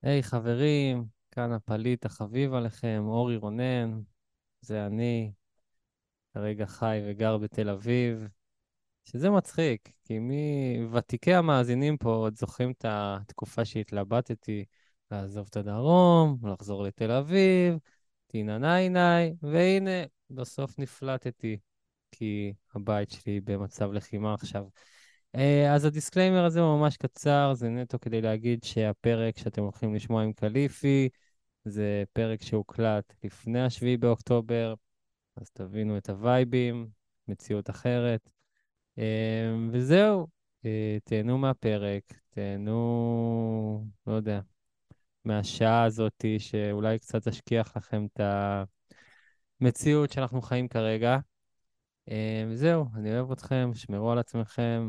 היי חברים, כאן הפליט החביב עליכם, אורי רונן, זה אני, כרגע חי וגר בתל אביב, שזה מצחיק, כי ותיקי המאזינים פה עוד זוכרים את התקופה שהתלבטתי לעזוב את הדרום, לחזור לתל אביב, טינה ניי ניי, והנה, בסוף נפלטתי, כי הבית שלי במצב לחימה עכשיו. אז הדיסקליימר הזה הוא ממש קצר, זה נטו כדי להגיד שהפרק שאתם הולכים לשמוע עם קליפי, זה פרק שהוקלט לפני השביעי באוקטובר, אז תבינו את הווייבים, מציאות אחרת. וזהו, תהנו מהפרק, תהנו, לא יודע, מהשעה הזאת שאולי קצת תשכיח לכם את המציאות שאנחנו חיים כרגע. וזהו, אני אוהב אתכם, שמרו על עצמכם,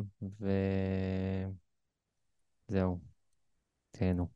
וזהו, תהנו.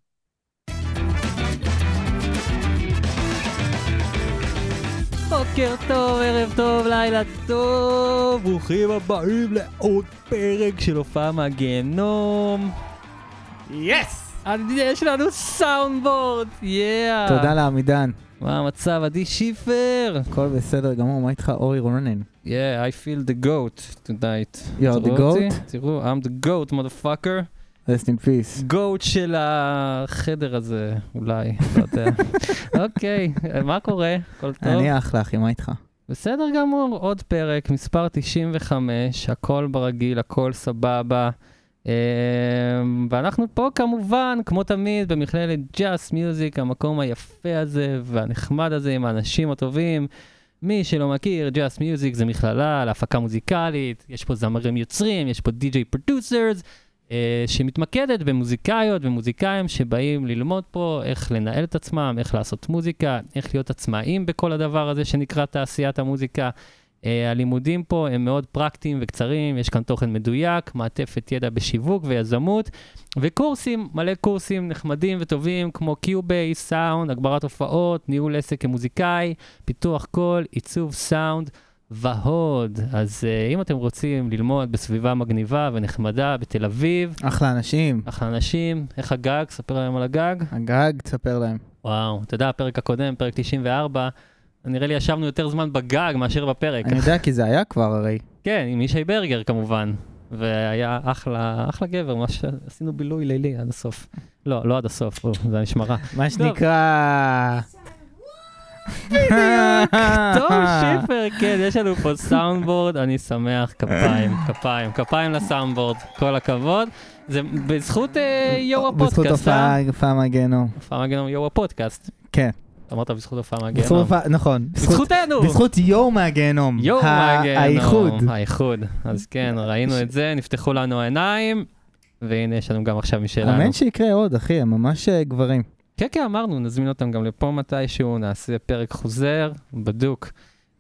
בוקר טוב, ערב טוב, לילה טוב, ברוכים הבאים לעוד פרק של הופעה מהגיהנום. יס! יש לנו סאונדבורד, יאה. תודה לעמידן. מה המצב, עדי שיפר? הכל בסדר גמור, מה איתך אורי רונן? Yeah, I feel the goat tonight. You're the goat? תראו, I'm the goat, motherfucker. Rest in peace. goat של החדר הזה, אולי, לא יודע. אוקיי, מה קורה? הכל טוב? אני אחלה אחי, מה איתך? בסדר גמור, עוד פרק, מספר 95, הכל ברגיל, הכל סבבה. ואנחנו פה כמובן, כמו תמיד, במכללת Just Music, המקום היפה הזה והנחמד הזה עם האנשים הטובים. מי שלא מכיר, Just Music זה מכללה להפקה מוזיקלית, יש פה זמרים יוצרים, יש פה DJ Producers, שמתמקדת במוזיקאיות ומוזיקאים שבאים ללמוד פה איך לנהל את עצמם, איך לעשות מוזיקה, איך להיות עצמאים בכל הדבר הזה שנקרא תעשיית המוזיקה. הלימודים פה הם מאוד פרקטיים וקצרים, יש כאן תוכן מדויק, מעטפת ידע בשיווק ויזמות, וקורסים, מלא קורסים נחמדים וטובים כמו קיובייס, סאונד, הגברת הופעות, ניהול עסק כמוזיקאי, פיתוח קול, עיצוב סאונד והוד. אז אם אתם רוצים ללמוד בסביבה מגניבה ונחמדה בתל אביב, אחלה אנשים. אחלה אנשים, איך הגג? ספר להם על הגג. הגג, תספר להם. וואו, אתה יודע, הפרק הקודם, פרק 94, נראה לי ישבנו יותר זמן בגג מאשר בפרק. אני יודע כי זה היה כבר הרי. כן, עם ישי ברגר כמובן. והיה אחלה גבר, מה שעשינו בילוי לילי עד הסוף. לא עד הסוף, זה הנשמרה. מה שנקרא... בדיוק, טוב שיפר, כן, יש לנו פה סאונדבורד, אני שמח, כפיים לסאונדבורד, כל הכבוד. זה בזכות יו הפודקאסט, בזכות הופעה מהגיהנום. הופעה מהגיהנום, יו הפודקאסט. כן. אמרת בזכות הופעה מהגיהנום. נכון. בזכותנו. בזכות יו מהגיהנום. יו מהגיהנום. האיחוד. האיחוד. אז כן, ראינו את זה, נפתחו לנו העיניים, והנה יש לנו גם עכשיו משלנו. אמן שיקרה עוד, אחי, הם ממש גברים. כן, כן, אמרנו, נזמין אותם גם לפה מתישהו, נעשה פרק חוזר, בדוק.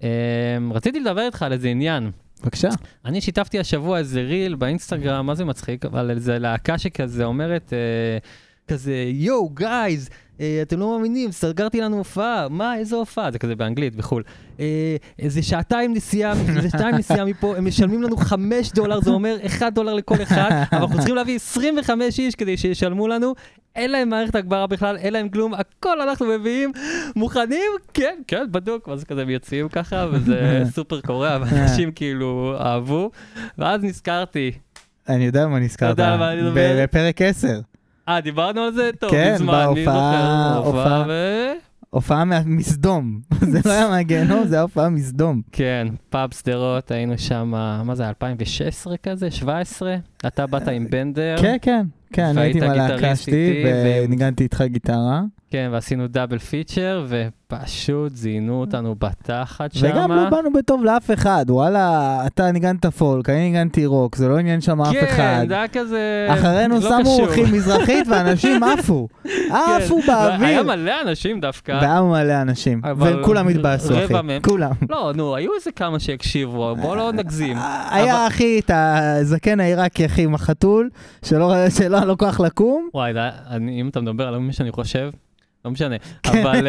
רציתי לדבר איתך על איזה עניין. בבקשה. אני שיתפתי השבוע איזה ריל באינסטגרם, מה זה מצחיק, אבל איזה להקה שכזה אומרת, כזה, יו, גייז, אתם לא מאמינים, סגרתי לנו הופעה, מה, איזו הופעה? זה כזה באנגלית, בחול. איזה שעתיים נסיעה מפה, הם משלמים לנו $5, זה אומר $1 לכל אחד, אבל אנחנו צריכים להביא 25 איש כדי שישלמו לנו, אין להם מערכת הגברה בכלל, אין להם כלום, הכל אנחנו מביאים, מוכנים? כן, כן, בדוק, ואז כזה יוצאים ככה, וזה סופר קורע, ואנשים כאילו אהבו, ואז נזכרתי. אני יודע מה נזכרת, בפרק 10. דיברנו על זה? טוב, כן, בזמן, מי זוכר? הופעה מסדום. זה לא היה מהגיהנום, זה היה הופעה מסדום. כן, פאב סדרות, היינו שם, מה זה, 2016 כזה? 17? אתה באת עם בנדר. כן, כן. כן, אני הייתי עם הלהקה שלי וניגנתי איתך גיטרה. כן, ועשינו דאבל פיצ'ר, ופשוט זינו אותנו בתחת שם. וגם לא באנו בטוב לאף אחד, וואלה, אתה ניגנת פולק, אני ניגנתי רוק, זה לא עניין שם אף אחד. כן, זה היה כזה... אחרינו שמו אורחים מזרחית, ואנשים עפו. עפו באוויר. היה מלא אנשים דווקא. והיה מלא אנשים, וכולם התבאסו, אחי. כולם. לא, נו, היו איזה כמה שהקשיבו, בואו לא נגזים. היה, אחי, את הזקן העיראקי, אחי, עם החתול, שלא לוקח לקום. וואי, אם אתה מדבר על מי שאני חושב, לא משנה, אבל...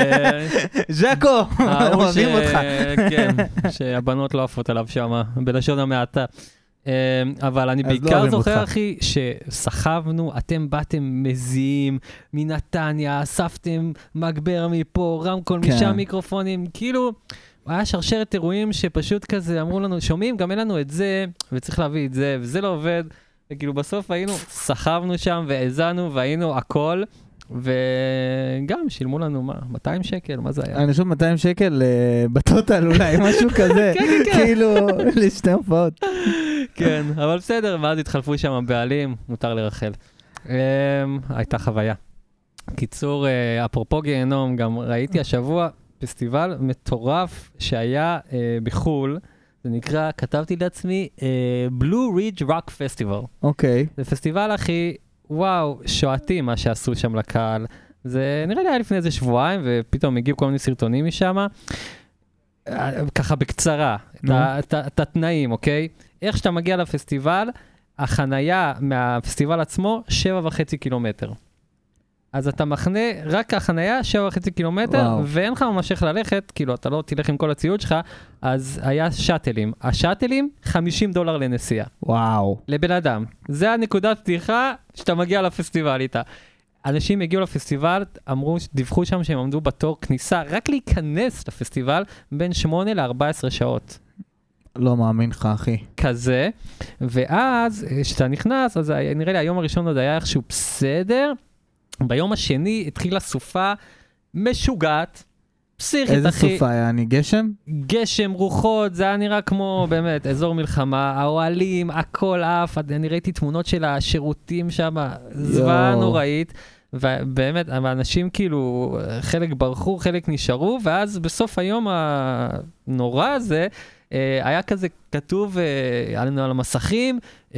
ז'קו, אוהבים אותך. כן, שהבנות לא עפות עליו שם, בלשון המעטה. אבל אני אז לא בעיקר אוהבים זוכר, אותך. אחי, שסחבנו, אתם באתם מזיעים מנתניה, אספתם מגבר מפה, רמקול כן. משם, מיקרופונים, כאילו, היה שרשרת אירועים שפשוט כזה אמרו לנו, שומעים, גם אין לנו את זה, וצריך להביא את זה, וזה לא עובד, וכאילו בסוף היינו, סחבנו שם, והזנו, והיינו הכל, וגם שילמו לנו, מה, 200 שקל, מה זה היה? אני חושב 200 שקל בטוטל אולי, משהו כזה. כן, כן, כן. כאילו, לשתי הופעות. כן, אבל בסדר, ואז התחלפו שם הבעלים, מותר לרחל. הייתה חוויה. קיצור, אפרופו גיהנום, גם ראיתי השבוע פסטיבל מטורף שהיה בחול, זה נקרא, כתבתי לעצמי, Blue Ridge Rock Festival. אוקיי. זה פסטיבל הכי, וואו, שועתי מה שעשו שם לקהל. זה נראה לי היה לפני איזה שבועיים, ופתאום הגיעו כל מיני סרטונים משם. ככה בקצרה, את התנאים, אוקיי? איך שאתה מגיע לפסטיבל, החנייה מהפסטיבל עצמו 7.5 קילומטר. אז אתה מחנה, רק החנייה 7.5 קילומטר, וואו. ואין לך ממש איך ללכת, כאילו אתה לא תלך עם כל הציוד שלך, אז היה שאטלים. השאטלים, $50 לנסיעה. וואו. לבן אדם. זה הנקודת פתיחה שאתה מגיע לפסטיבל איתה. אנשים הגיעו לפסטיבל, אמרו, דיווחו שם שהם עמדו בתור כניסה, רק להיכנס לפסטיבל בין 8 ל-14 שעות. לא מאמין לך, אחי. כזה, ואז, כשאתה נכנס, אז נראה לי היום הראשון עוד היה איכשהו בסדר, ביום השני התחילה סופה משוגעת, פסיכית, אחי. איזה סופה היה? אני גשם? גשם, רוחות, זה היה נראה כמו באמת אזור מלחמה, האוהלים, הכל אף, אני ראיתי תמונות של השירותים שם, זוועה נוראית, ובאמת, האנשים כאילו, חלק ברחו, חלק נשארו, ואז בסוף היום הנורא הזה, היה כזה כתוב עלינו על המסכים,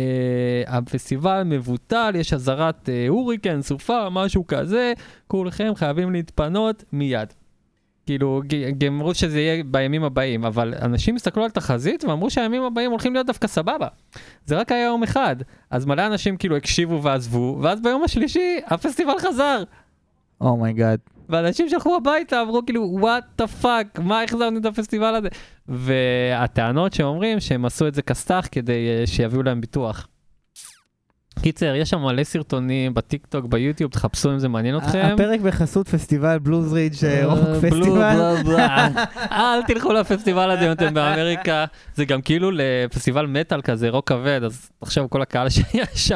הפסטיבל מבוטל, יש עזרת הוריקן, סופה, משהו כזה, כולכם חייבים להתפנות מיד. כאילו, אמרו שזה יהיה בימים הבאים, אבל אנשים הסתכלו על תחזית ואמרו שהימים הבאים הולכים להיות דווקא סבבה. זה רק היה יום אחד. אז מלא אנשים כאילו הקשיבו ועזבו, ואז ביום השלישי הפסטיבל חזר. אומייגאד. ואנשים שלחו הביתה, אמרו כאילו, what the fuck, מה החזרנו את הפסטיבל הזה? והטענות שאומרים שהם עשו את זה כסת"ח כדי שיביאו להם ביטוח. קיצר, יש שם מלא סרטונים בטיקטוק, ביוטיוב, תחפשו אם זה מעניין אתכם. הפרק בחסות פסטיבל בלוז רידג' רוק פסטיבל. אל תלכו לפסטיבל הזה אם אתם באמריקה. זה גם כאילו לפסטיבל מטל כזה, רוק כבד, אז תחשוב כל הקהל שהיה שם.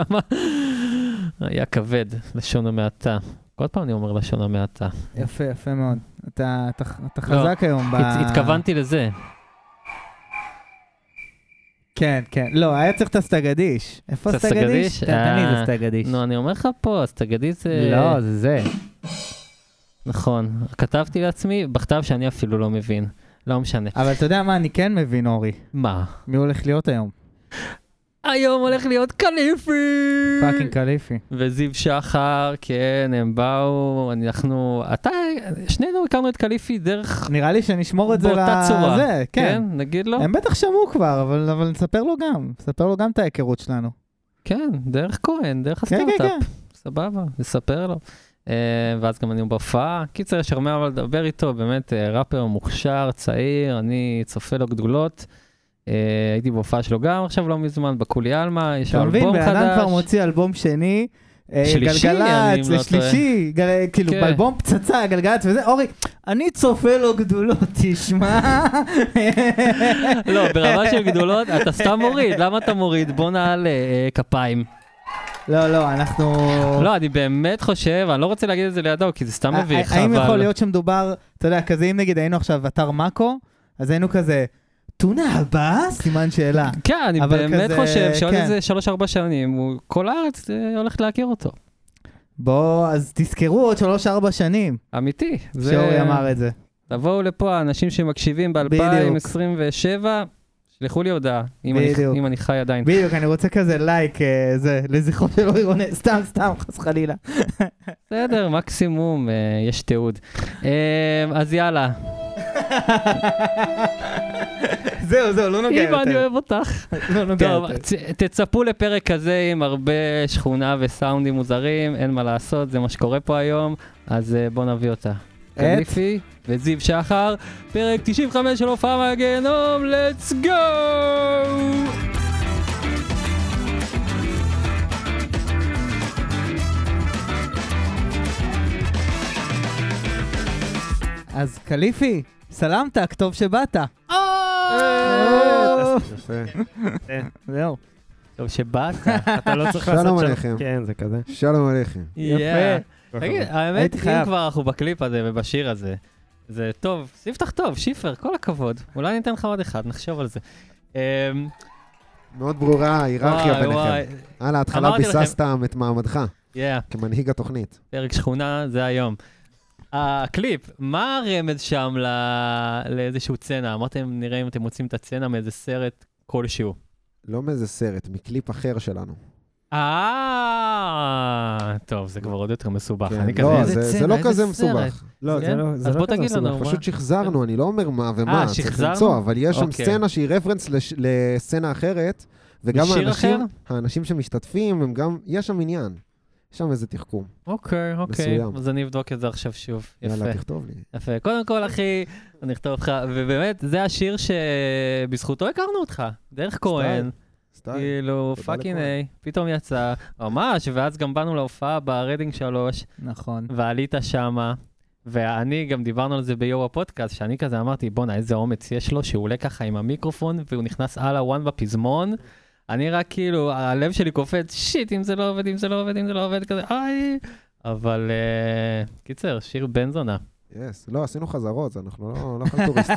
היה כבד, לשון המעטה. עוד פעם אני אומר לשון המעטה. יפה, יפה מאוד. אתה חזק היום. התכוונתי לזה. כן, כן. לא, היה צריך את הסטגדיש. איפה הסטגדיש? תן לי את הסטגדיש. נו, אני אומר לך פה, הסטגדיש זה... לא, זה זה. נכון. כתבתי לעצמי בכתב שאני אפילו לא מבין. לא משנה. אבל אתה יודע מה אני כן מבין, אורי? מה? מי הולך להיות היום? היום הולך להיות קליפי! פאקינג קליפי. וזיו שחר, כן, הם באו, שנינו הכרנו את קליפי דרך... נראה לי שנשמור את זה באותה צורה. לזה, כן. נגיד לו? הם בטח שמעו כבר, אבל נספר לו גם את ההיכרות שלנו. כן, דרך כהן, דרך הסטארט-אפ. סבבה, נספר לו. ואז גם אני בהופעה. קיצר, יש הרבה אבל לדבר איתו, באמת ראפר מוכשר, צעיר, אני צופה לו גדולות. הייתי בהופעה שלו גם עכשיו לא מזמן, בקולי אלמה, יש לו אלבום חדש. באדם כבר מוציא אלבום שני, שלישי, גלגלץ, לשלישי, כאילו באלבום פצצה, גלגלץ וזה, אורי, אני צופה לו גדולות, תשמע. לא, ברמה של גדולות, אתה סתם מוריד, למה אתה מוריד? בוא נעלה כפיים. לא, אנחנו... לא, אני באמת חושב, אני לא רוצה להגיד את זה לידו, כי זה סתם מביך, אבל... האם יכול להיות שמדובר, אתה יודע, כזה אם נגיד היינו עכשיו אתר מאקו, אז היינו כזה... טונה הבא? סימן שאלה. כן, אני באמת חושב שעוד איזה 3-4 שנים, כל הארץ הולכת להכיר אותו. בוא, אז תזכרו עוד 3-4 שנים. אמיתי. שאורי אמר את זה. תבואו לפה, האנשים שמקשיבים ב-2027, שלחו לי הודעה, אם אני חי עדיין. בדיוק, אני רוצה כזה לייק, לזכרו של אורי רונן, סתם, חס חלילה. בסדר, מקסימום, יש תיעוד. אז יאללה. זהו, לא נוגע יותר. אם אני אוהב אותך. לא נוגע יותר. תצפו לפרק כזה עם הרבה שכונה וסאונדים מוזרים, אין מה לעשות, זה מה שקורה פה היום, אז בוא נביא אותה. קליפי וזיו שחר, פרק 95 של הופעה מהגיהנום, let's go! אז קליפי, סלמתק, טוב שבאת. יפה. זהו. טוב שבאת. אתה לא צריך לעשות שלום שם. עליכם. כן, זה כזה. שלום עליכם. יפה. תגיד, האמת, הייתי אם חייב. כבר אנחנו בקליפ הזה ובשיר הזה, זה טוב, ספתח טוב, שיפר, כל הכבוד. אולי ניתן לך עוד אחד, נחשוב על זה. מאוד ברורה ההיררכיה וואי, וואי. ביניכם. על ההתחלה אמרתי לכם. ביססת את מעמדך Yeah, כמנהיג התוכנית. פרק שכונה, זה היום. הקליפ, מה הרמז שם לאיזשהו צנע? אמרתם, נראה אם אתם מוצאים את הצנע מאיזה סרט כלשהו. לא מאיזה סרט, מקליפ אחר שלנו. טוב, זה כבר עוד יותר מסובך. כן, אני כזה, לא, איזה זה צנע, לא איזה כזה סרט. מסובך. לא, כן? זה לא אז כזה בוא תגיד מסובך. לנו. פשוט שחזרנו, אני לא אומר מה ומה, צריך שחזרנו? למצוא, אבל יש שם אוקיי. סצנה שהיא רפרנס לסצנה אחרת, וגם משיר אחר? האנשים שמשתתפים, הם גם, יש שם עניין. יש שם איזה תחכום. אוקיי. מסוים. אז אני אבדוק את זה עכשיו שוב. יפה. יאללה, תכתוב לי. יפה. קודם כל, אחי, אני אכתוב אותך, ובאמת, זה השיר שבזכותו הכרנו אותך, דרך כהן. סטייל. כאילו, תודה פאקינג לכהן. איי, פתאום יצא, ממש, ואז גם באנו להופעה ברדינג 3, נכון. ועלית שמה, ואני גם דיברנו על זה ביו הפודקאסט, שאני כזה אמרתי, בואנה, איזה אומץ יש לו, שהוא עולה ככה עם המיקרופון, והוא נכנס על הוואן בפזמון, אני רק כאילו, הלב שלי קופץ, שיט, אם זה לא עובד, אם זה לא עובד, אם זה לא עובד, כזה, איי. אבל קיצר, שיר בן זונה. יס, לא, עשינו חזרות, אנחנו לא חלטוריסטים.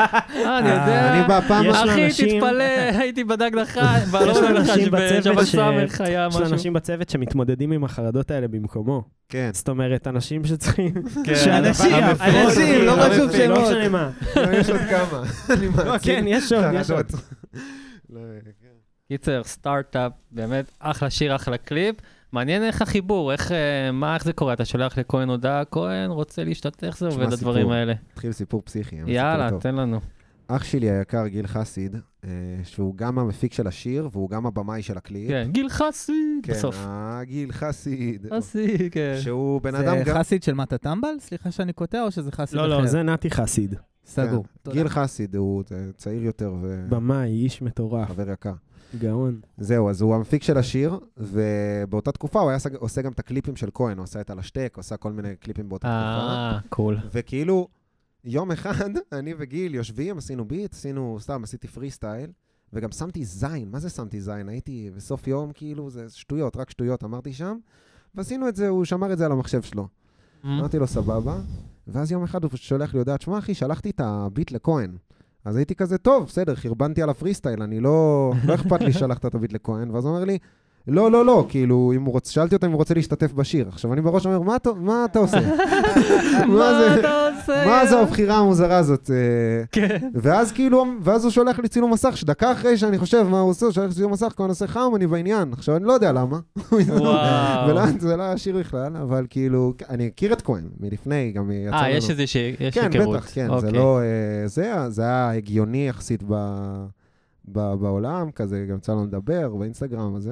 אני יודע. אני בפעם... יש אחי, לאנשים- תתפלא, הייתי בדג לך, יש לאנשים בצוות סמך היה יש משהו. לאנשים בצוות שמתמודדים עם החרדות האלה במקומו. כן, זאת אומרת, אנשים שצריכים... שאנשים, אנשים, לא חשוב לא שמות. משנה מה. יש עוד כמה. אני לא, מעצים כן, יש עוד, יש עוד. חרדות. לא, כן. קיצר, סטארט-אפ, באמת אחלה שיר, אחלה קליפ. מעניין איך החיבור, איך זה קורה? אתה שולח לכהן הודעה, כהן רוצה להשתתף, איך זה תשמע, עובד הדברים סיפור. האלה? התחיל סיפור פסיכי. אבל יאללה, סיפור טוב. תן לנו. אח שלי היקר, גיל חסיד, שהוא גם המפיק של השיר, והוא גם הבמאי של הקליפ. כן, גיל חסיד, כן, בסוף. גיל חסיד. חסיד, כן. שהוא בן אדם זה גם... חסיד של מטה טמבל? סליחה שאני קוטע, או שזה חסיד אחר? לא, זה נתי חסיד. סגור. כן, תודה. גיל חסיד, הוא צעיר יותר במאי, איש מטורף. וחבר יקר. גאון. זהו, אז הוא המפיק של השיר, ובאותה תקופה הוא היה עושה גם את הקליפים של כהן, הוא עשה את על השטק, הוא עשה כל מיני קליפים באותה תקופה. קול. וכאילו, יום אחד, אני וגיל יושבים, עשינו ביט, עשיתי פרי סטייל, וגם שמתי זין. מה זה שמתי זין? הייתי בסוף יום, כאילו, זה שטויות, רק שטויות, אמרתי שם, ועשינו את זה, הוא שמר את זה על המחשב שלו. אמרתי לו, סבבה, ואז יום אחד הוא שולח לי הודעה, תשמע אחי, שלחתי את הביט לכהן. אז הייתי כזה, טוב, בסדר, חרבנתי על הפרי סטייל, אני לא אכפת לי שלחת את הביט לכהן, ואז הוא אומר לי, לא, כאילו, שאלתי אותו אם הוא רוצה להשתתף בשיר. עכשיו אני בראש אומר, מה אתה עושה? מה זה הבחירה המוזרה הזאת? ואז כאילו, ואז הוא שולח לי צילום מסך, שדקה אחרי שאני חושב מה הוא עושה, הוא שולח לי צילום מסך, כבר נעשה חם, אני בעניין. עכשיו אני לא יודע למה. וואו. זה לא השיר בכלל, אבל כאילו, אני הכיר את כהן, מלפני, גם יצא לנו. יש איזה שיש כן, היכרות. בטח, כן, זה לא, זה היה הגיוני יחסית בעולם, כזה, גם יצא לנו לדבר באינסטגרם וזה.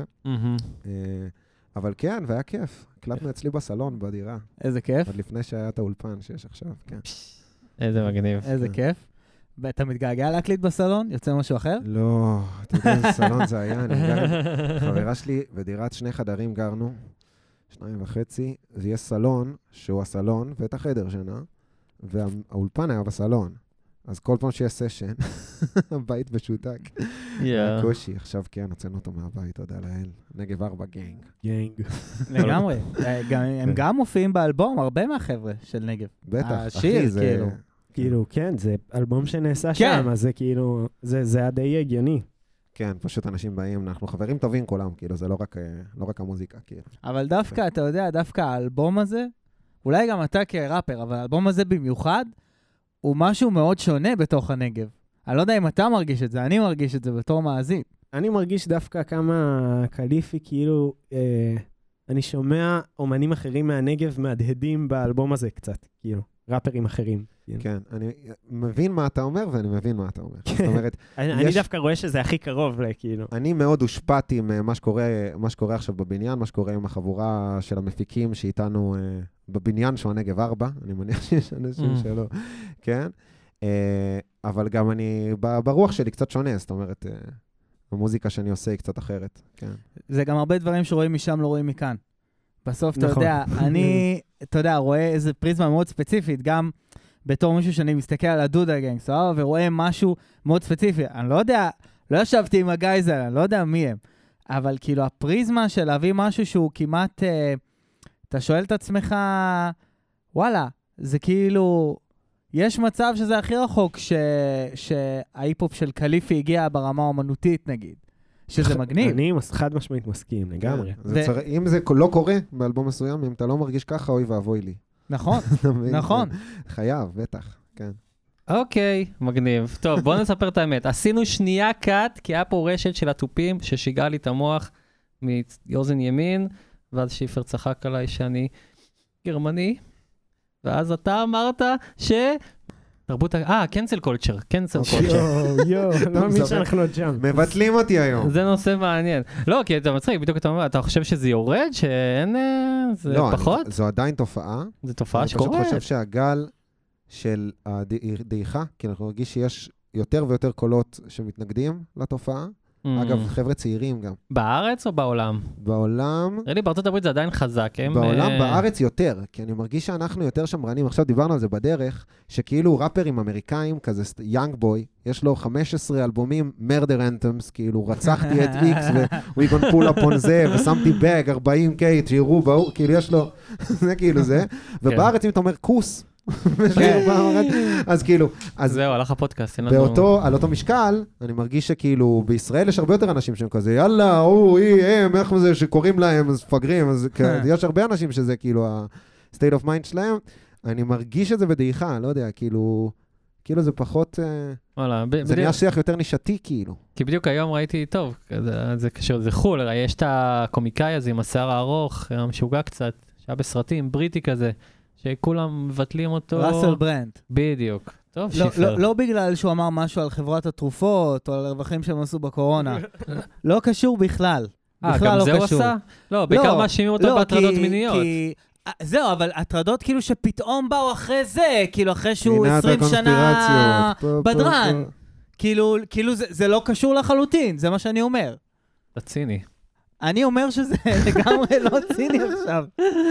אבל כן, והיה כיף. הקלטנו אצלי בסלון, בדירה. איזה כיף. עוד לפני שהיה את האולפן שיש עכשיו, כן. איזה מגניב. איזה כיף. ואתה מתגעגע להקליט בסלון? יוצא משהו אחר? לא, אתה יודע איזה סלון זה היה, אני גר, חברה שלי, בדירת 2 חדרים גרנו, 2.5, ויש סלון, שהוא הסלון, ואת החדר שינה, והאולפן היה בסלון. אז כל פעם שיש סשן, הבית משותק. קושי, עכשיו כן, הוצאנו אותו מהבית, תודה לאל. נגב 4 גנג. לגמרי. הם גם מופיעים באלבום, הרבה מהחבר'ה של נגב. בטח, השיר, אחי, זה... כאילו. כאילו, כן, זה אלבום שנעשה שם, אז זה כאילו, זה היה די הגיוני. כן, פשוט אנשים באים, אנחנו חברים טובים כולם, כאילו, זה לא רק המוזיקה, כאילו. אבל דווקא, אתה יודע, דווקא האלבום הזה, אולי גם אתה כראפר, אבל האלבום הזה במיוחד, הוא משהו מאוד שונה בתוך הנגב. אני לא יודע אם אתה מרגיש את זה, אני מרגיש את זה בתור מאזין. אני מרגיש דווקא כמה קליפי, כאילו, אני שומע אומנים אחרים מהנגב מהדהדים באלבום הזה קצת, כאילו, ראפרים אחרים. כן, אני מבין מה אתה אומר, ואני מבין מה אתה אומר. זאת אומרת, אני דווקא רואה שזה הכי קרוב, כאילו. אני מאוד הושפעתי ממה שקורה עכשיו בבניין, מה שקורה עם החבורה של המפיקים שאיתנו בבניין שהוא הנגב 4, אני מניח שיש אנשים שלא, כן? אבל גם אני, ברוח שלי קצת שונה, זאת אומרת, המוזיקה שאני עושה היא קצת אחרת, כן. זה גם הרבה דברים שרואים משם, לא רואים מכאן. בסוף, אתה נכון. יודע, אני, אתה יודע, רואה איזה פריזמה מאוד ספציפית, גם בתור מישהו שאני מסתכל על הדודה גנג, סבבה, ורואה משהו מאוד ספציפי. אני לא יודע, לא ישבתי עם הגייז האלה, אני לא יודע מי הם. אבל כאילו הפריזמה של להביא משהו שהוא כמעט, אתה שואל את עצמך, וואלה, זה כאילו, יש מצב שזה הכי רחוק שההיפ-הופ של קליפי הגיע ברמה האומנותית נגיד. שזה מגניב. אני חד משמעית מסכים, לגמרי. אם זה לא קורה באלבום מסוים, אם אתה לא מרגיש ככה, אוי ואבוי לי. נכון, נכון. חייב, בטח, כן. אוקיי, מגניב. טוב, בואו נספר את האמת. עשינו שנייה קאט, כי היה פה רשת של התופים ששיגעה לי את המוח מאוזן ימין, ואז שיפר צחק עליי שאני גרמני, ואז אתה אמרת תרבות, קנסל קולצ'ר, קנסל קולצ'ר. יואו, לא מאמין שאנחנו עוד שם. מבטלים אותי היום. זה נושא מעניין. לא, כי אתה מצחיק, בדיוק אתה אומר, אתה חושב שזה יורד, שאין, זה פחות? לא, זו עדיין תופעה. זו תופעה שקורית. אני פשוט חושב שהגל של הדעיכה, כי אנחנו מרגיש שיש יותר ויותר קולות שמתנגדים לתופעה. אגב, חבר'ה צעירים גם. בארץ או בעולם? בעולם. נראה לי, בארצות הברית זה עדיין חזק. בעולם, בארץ יותר, כי אני מרגיש שאנחנו יותר שמרנים. עכשיו דיברנו על זה בדרך, שכאילו ראפרים אמריקאים, כזה יאנג בוי, יש לו 15 אלבומים, murder anthems, כאילו רצחתי את X, ו-we gonna pull up on זה, ושמתי bag, 40K, שיראו, כאילו יש לו, זה כאילו זה. ובארץ אם אתה אומר כוס, אז כאילו, זהו, הלך הפודקאסט. על אותו משקל, אני מרגיש שכאילו בישראל יש הרבה יותר אנשים שהם כזה, יאללה, הם, איך זה שקוראים להם, אז פגרים, אז יש הרבה אנשים שזה כאילו ה-state of mind שלהם, אני מרגיש את זה בדעיכה, לא יודע, כאילו זה פחות, זה נהיה שיח יותר נישתי כאילו. כי בדיוק היום ראיתי, טוב, זה קשור, זה חול, יש את הקומיקאי הזה עם השיער הארוך, המשוגע קצת, שהיה בסרטים, בריטי כזה, שכולם מבטלים אותו. ראסל ברנד. בדיוק. טוב, שיפר. לא בגלל שהוא אמר משהו על חברת התרופות, או על הרווחים שהם עשו בקורונה. לא קשור בכלל. גם זה הוא עשה? לא, בעיקר מאשימים אותו בהטרדות מיניות. זהו, אבל הטרדות כאילו שפתאום באו אחרי זה, כאילו אחרי שהוא 20 שנה בדרן. כאילו זה לא קשור לחלוטין, זה מה שאני אומר. אתה ציני. אני אומר שזה לגמרי לא ציני עכשיו.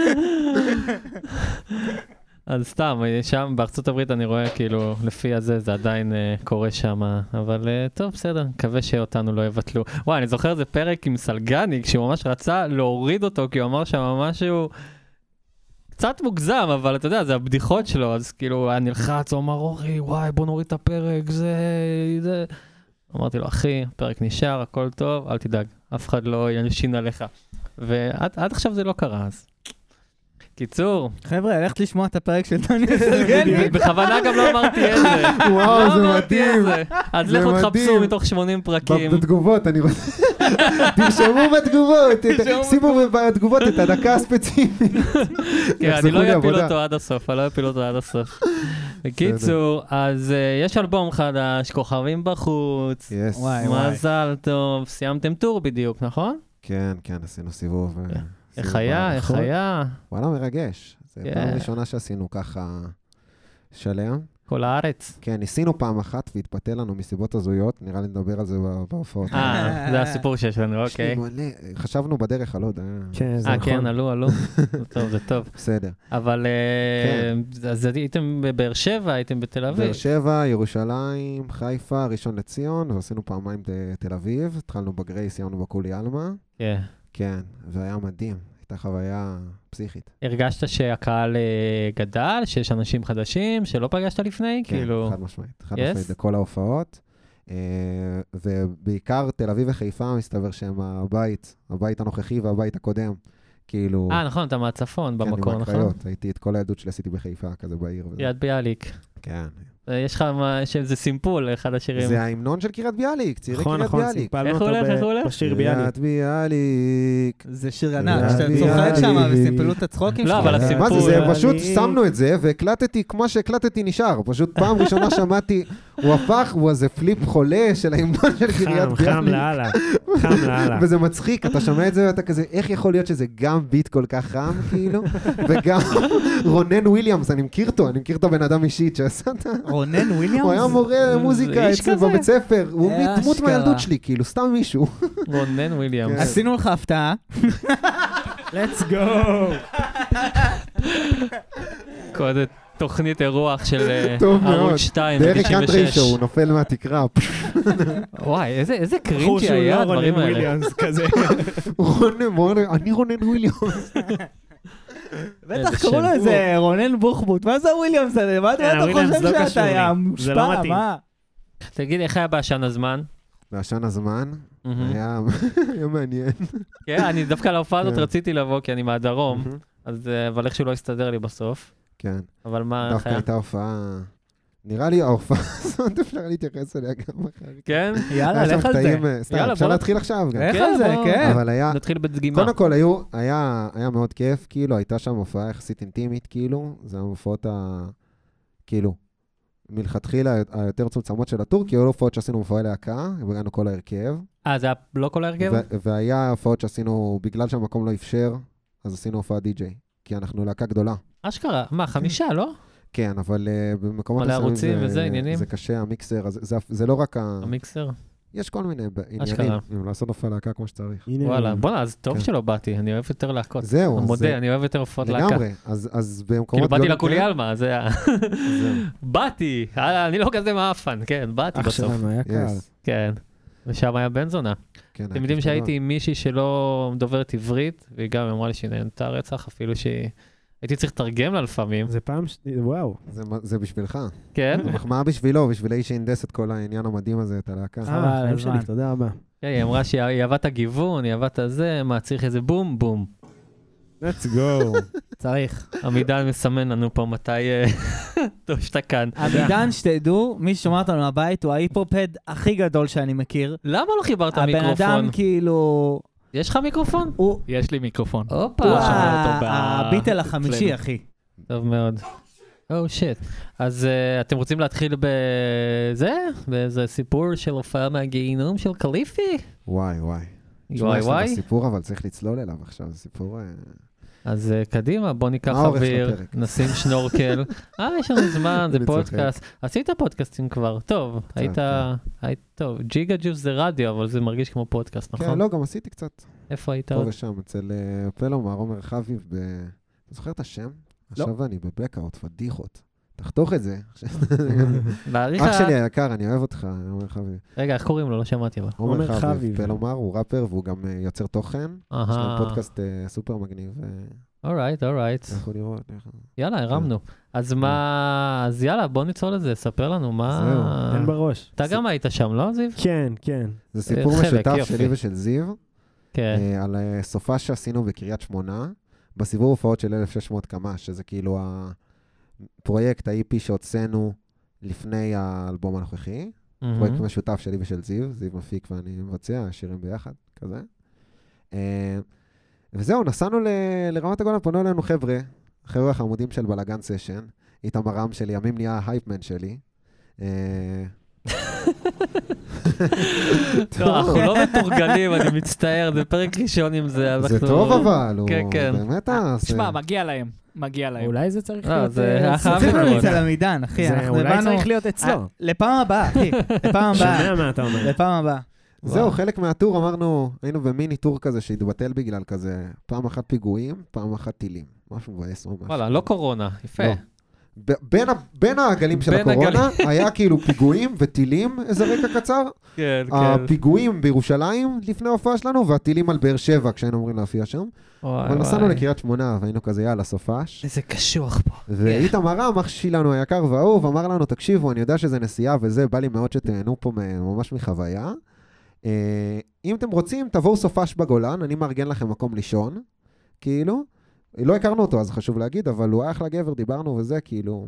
אז סתם, שם בארצות הברית אני רואה כאילו לפי הזה, זה עדיין קורה שם, אבל טוב, בסדר, מקווה שאותנו לא יבטלו. וואי, אני זוכר איזה פרק עם סלגני, כשהוא ממש רצה להוריד אותו, כי הוא אמר שם משהו קצת מוגזם, אבל אתה יודע, זה הבדיחות שלו, אז כאילו היה נלחץ, הוא אמר, אורי, וואי, בוא נוריד את הפרק, זה... אמרתי לו, אחי, הפרק נשאר, הכל טוב, אל תדאג, אף אחד לא ינשין עליך. ועד עכשיו זה לא קרה, אז... קיצור. חבר'ה, הלכת לשמוע את הפרק של טוני סלגני. בכוונה גם לא אמרתי את זה. וואו, זה מדהים. אז לכו תחפשו מתוך 80 פרקים. בתגובות, אני רוצה... תרשמו בתגובות, שימו בתגובות את הדקה הספציפית. אני לא אפיל אותו עד הסוף, בקיצור, אז יש אלבום חדש, כוכבים בחוץ. מזל טוב, סיימתם טור בדיוק, נכון? כן, עשינו סיבוב. איך היה? וואלה, מרגש. זה פעם ראשונה שעשינו ככה שלם. כל הארץ. כן, ניסינו פעם אחת והתפתל לנו מסיבות הזויות, נראה לי נדבר על זה בהופעות. זה הסיפור שיש לנו, אוקיי. חשבנו בדרך, עלו. כן, עלו. טוב, זה טוב. בסדר. אבל אז הייתם בבאר שבע, הייתם בתל אביב. באר שבע, ירושלים, חיפה, ראשון לציון, ועשינו פעמיים בתל אביב, התחלנו בגרייס, סיימנו בקולי אלמה. כן. כן, והיה מדהים. הייתה חוויה פסיכית. הרגשת שהקהל גדל, שיש אנשים חדשים, שלא פגשת לפני? כן, חד משמעית בכל ההופעות. ובעיקר תל אביב וחיפה מסתבר שהם הבית הנוכחי והבית הקודם. כאילו... נכון, אתה מהצפון במקור, נכון? כן, אני הייתי את כל העדות שלי עשיתי בחיפה, כזה בעיר. קריית ביאליק. כן. יש לך איזה סימפול, אחד השירים. זה ההמנון של קריית ביאליק, צעירי קריית ביאליק. איך הוא הולך? בשיר ביאליק. קריית ביאליק. זה שיר ענק, שאתה צוחק שם וסימפלו את הצחוקים שלך. לא, אבל הסימפול... מה זה, פשוט שמנו את זה, והקלטתי כמו שהקלטתי נשאר. פשוט פעם ראשונה שמעתי, הוא איזה פליפ חולה של ההמנון של קריית ביאליק. חם לאללה. וזה מצחיק, אתה שומע את זה ואתה כזה, איך יכול להיות שזה גם ביט כל כך חם, כאילו? וגם רונן וויליאמס, אני מכיר את הבן אדם אישית שעשה את רונן וויליאמס? הוא היה מורה מוזיקה אצלי בבית ספר, הוא דמות מהילדות שלי, כאילו, סתם מישהו. רונן וויליאמס. עשינו לך הפתעה. Let's go! תוכנית אירוח של טוב מאוד. ערוץ 2 דרך אנדרי ב-96. שהוא נופל מהתקרה. וואי, איזה בחור קרינג'י שהוא היה לא הדברים רונן האלה. וויליאמס כזה. אני רונן וויליאמס. בטח קראו לו איזה רונן בוחבוט. מה זה הוויליאמס הזה? מה אתה הוויליאמס חושב לא שאתה קשור לי. היה זה לא מושפע? מתאים. מה? תגיד, איך היה בעשן הזמן? בעשן הזמן היה מעניין. כן, אני דווקא להופעה הזאת כן. רציתי לבוא, כי אני מהדרום, אבל איכשהו לא הסתדר לי בסוף. כן. אבל מה, איך דווקא היה? הייתה הופעה... נראה לי ההופעה הזאת אפשר להתייחס אליה גם אחר. כן? יאללה, היה שם לך על זה. קטעים, סתם, יאללה, אפשר בוא להתחיל עכשיו גם. לך על זה, בוא. כן. אבל היה... נתחיל בדגימה. קודם כל, היה מאוד כיף, כאילו, הייתה שם הופעה יחסית אינטימית, כאילו, זה המופעות כאילו, מלכתחילה היותר צומצמות של הטור, כי היו הופעות שעשינו מופעי להקה, הגענו כל ההרכב, זה היה לא כל ההרכב? והיה הופעות שעשינו, בגלל שהמקום לא אפשר, אז עשינו הופעה די-ג'יי, כי אנחנו להקה גדולה. אשכרה, מה, 5, לא? כן, אבל במקומות מלא ערוצים וזה, עניינים? זה קשה, המיקסר, זה לא רק המיקסר? יש כל מיני עניינים, אשכרה. אם לעשות הופעה להקה כמו שצריך. הנה, וואלה, בוא'נה, אז טוב כן. שלא באתי, אני אוהב יותר להקות. זהו, אני מודה, אני אוהב יותר הופעות להקה. לגמרי, אז במקומות... כאילו באתי גדולים לקולי כאלה- אלמה, זה היה... זהו. באתי, אני לא כזה מאפן, כן, באתי אח בסוף. שלנו היה קהל. Yes. כן, ושם היה בן זונה. כן, אתם יודעים שהייתי עם מישהי שלא דוברת עברית, והיא גם אמרה לי שהיא נהנתה רצח, אפילו שהייתי צריך לתרגם לה לפעמים. זה פעם וואו. זה בשבילך. כן? זה מחמאה בשבילו, בשביל האיש שהנדס את כל העניין המדהים הזה, את הלהקה. חיים הזמן. שלי, תודה רבה. כן, היא אמרה שהיא אהבה את הגיוון, היא אהבה את הזה, מה, צריך איזה בום, בום. let's go. צריך. עמידן מסמן לנו פה מתי... טוב שאתה כאן. עמידן, שתדעו, מי ששומע אותנו מהבית הוא ההיפופד הכי גדול שאני מכיר. למה לא חיברת הבן מיקרופון? אדם כאילו... יש לך מיקרופון? הוא יש לי מיקרופון. הופה. הוא שומע אותו הביטל החמישי, אצלנו. אחי. טוב מאוד. שיט. אז אתם רוצים להתחיל בזה? באיזה סיפור של הופעה מהגיהינום של קליפי? וואי. וואי יש לנו וואי. סיפור, אבל צריך לצלול אליו עכשיו, זה סיפור... אז קדימה, בוא ניקח מה האורך של אוויר, הפרק? נשים שנורקל. יש לנו זמן, זה אני צוחק. פודקאסט. עשית פודקאסטים כבר, טוב. היית טוב. ג'יגה ג'וס זה רדיו, אבל זה מרגיש כמו פודקאסט, כן, נכון? לא, גם עשיתי קצת. איפה היית פה עוד? ושם, אצל פלומר, עומר חביב, אתה זוכר את השם? עכשיו אני בבלקאוט, פדיחות. תחתוך את זה. להעריך אח שלי היקר, אני אוהב אותך, עומר חביב. רגע, איך קוראים לו? לא שמעתי אבל. עומר עומר חביב, חביב. פלומר, הוא ראפר והוא גם יוצר תוכן. יש להם פודקאסט סופר מגניב. אורייט. אנחנו נראות. יאללה, הרמנו. אז מה... אז יאללה, בוא ניצול את זה, ספר לנו מה... תן בראש. אתה גם היית שם, לא, זיו? כן, כן. זה סיפור חלק, משותף יופי. שלי ושל זיו, כן. על סופה שעשינו בקריית שמונה, בסיבוב הופעות של 1600 קמ"ש, שזה כאילו הפרויקט ה-EP שהוצאנו לפני האלבום הנוכחי, פרויקט משותף שלי ושל זיו מפיק ואני מבצע, שירים ביחד, כזה. וזהו, נסענו לרמת הגולן, פנו אלינו חבר'ה החמודים של בלגן סשן, איתמר רם שלי, ימים נהיה ההייפמן שלי. אנחנו לא מתורגלים, אני מצטער, זה פרק ראשון עם זה. זה טוב אבל, הוא כן. באמת... תשמע, מגיע להם. אולי זה צריך לא, להיות... זה היה חייב צריך לקרות. להיות אצל עמידן, אחי. זה אנחנו אולי הבנו... צריך להיות אצלו. לפעם הבאה, אחי. לפעם הבאה. שומע מה אתה אומר. לפעם הבאה. זהו, חלק מהטור אמרנו, היינו במיני טור כזה שהתבטל בגלל כזה, פעם אחת פיגועים, פעם אחת טילים. משהו מבאס ממש. וואלה, לא קורונה, יפה. לא. בין הגלים של בין הקורונה, היה כאילו פיגועים וטילים, איזה רקע קצר. כן, הפיגועים בירושלים לפני ההופעה שלנו, והטילים על באר שבע כשהיינו אמורים להופיע שם. אבל נסענו לקריית שמונה, והיינו כזה, יאללה, סופש. איזה קשוח פה. ואיתמר רם, אח שלנו היקר והאהוב, אמר לנו, תקשיבו, אני יודע שזה נסיעה וזה, בא לי מאוד שתהנו פה ממש מחוויה. אם אתם רוצים, תבואו סופש בגולן, אני מארגן לכם מקום לישון, כאילו. לא הכרנו אותו, אז חשוב להגיד, אבל הוא היה אחלה גבר, דיברנו וזה, כאילו.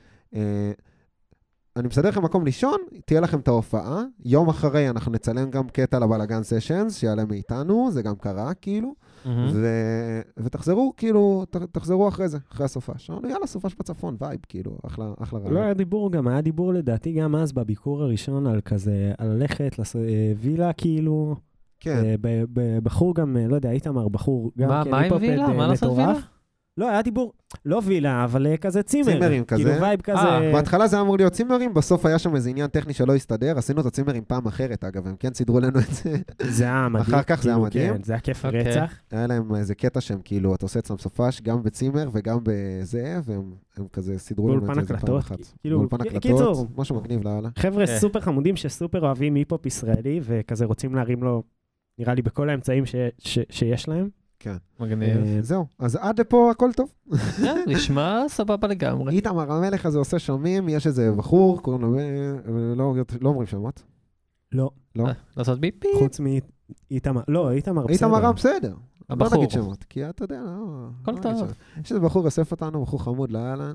אני מסדר לכם מקום לישון, תהיה לכם את ההופעה, יום אחרי אנחנו נצלם גם קטע לבלגן סשנס, שיעלה מאיתנו, זה גם קרה, כאילו, ותחזרו, כאילו, תחזרו אחרי זה, אחרי הסופש. יאללה, סופש בצפון, וייב, כאילו, אחלה רעיון. לא היה דיבור גם, היה דיבור לדעתי גם אז בביקור הראשון על כזה, על ללכת וילה כאילו, כן. בחור גם, לא יודע, איתמר, בחור גם מה עם וילה? מה לעשות וילה? לא, היה דיבור, לא וילה, אבל כזה צימר. צימרים כזה. כאילו וייב כזה. בהתחלה זה אמור להיות צימרים, בסוף היה שם איזה עניין טכני שלא הסתדר, עשינו את הצימרים פעם אחרת, אגב, הם כן סידרו לנו את זה. זה היה מדהים. אחר כך זה היה כאילו, מדהים. כן, זה היה כיף אוקיי. רצח. היה להם איזה קטע שהם כאילו, אתה עושה אצלם סופש, גם בצימר וגם בזה, והם כזה סידרו לנו את באולפן זה פעם הקלטות, אחת. כאילו, באולפן קיצור. הקלטות, משהו מגניב לאללה. חבר'ה כן. סופר חמודים שסופר אוהבים היפ-הופ ישראלי, וכזה רוצים להרים לו, נראה לי, בכל האמצעים שיש להם. כן. מגניב. זהו, אז עד לפה הכל טוב. נשמע סבבה לגמרי. איתמר המלך הזה עושה שומעים, יש איזה בחור, קוראים לו, לא אומרים שמות. לא, לעשות ביפ ביפ. חוץ מאיתמר, לא, איתמר בסדר. איתמר רם בסדר. לא הבחור. נגיד שמות, כי אתה יודע, לא הכל נגיד טוב. שמות. יש איזה בחור אוסף אותנו, בחור חמוד לאללה.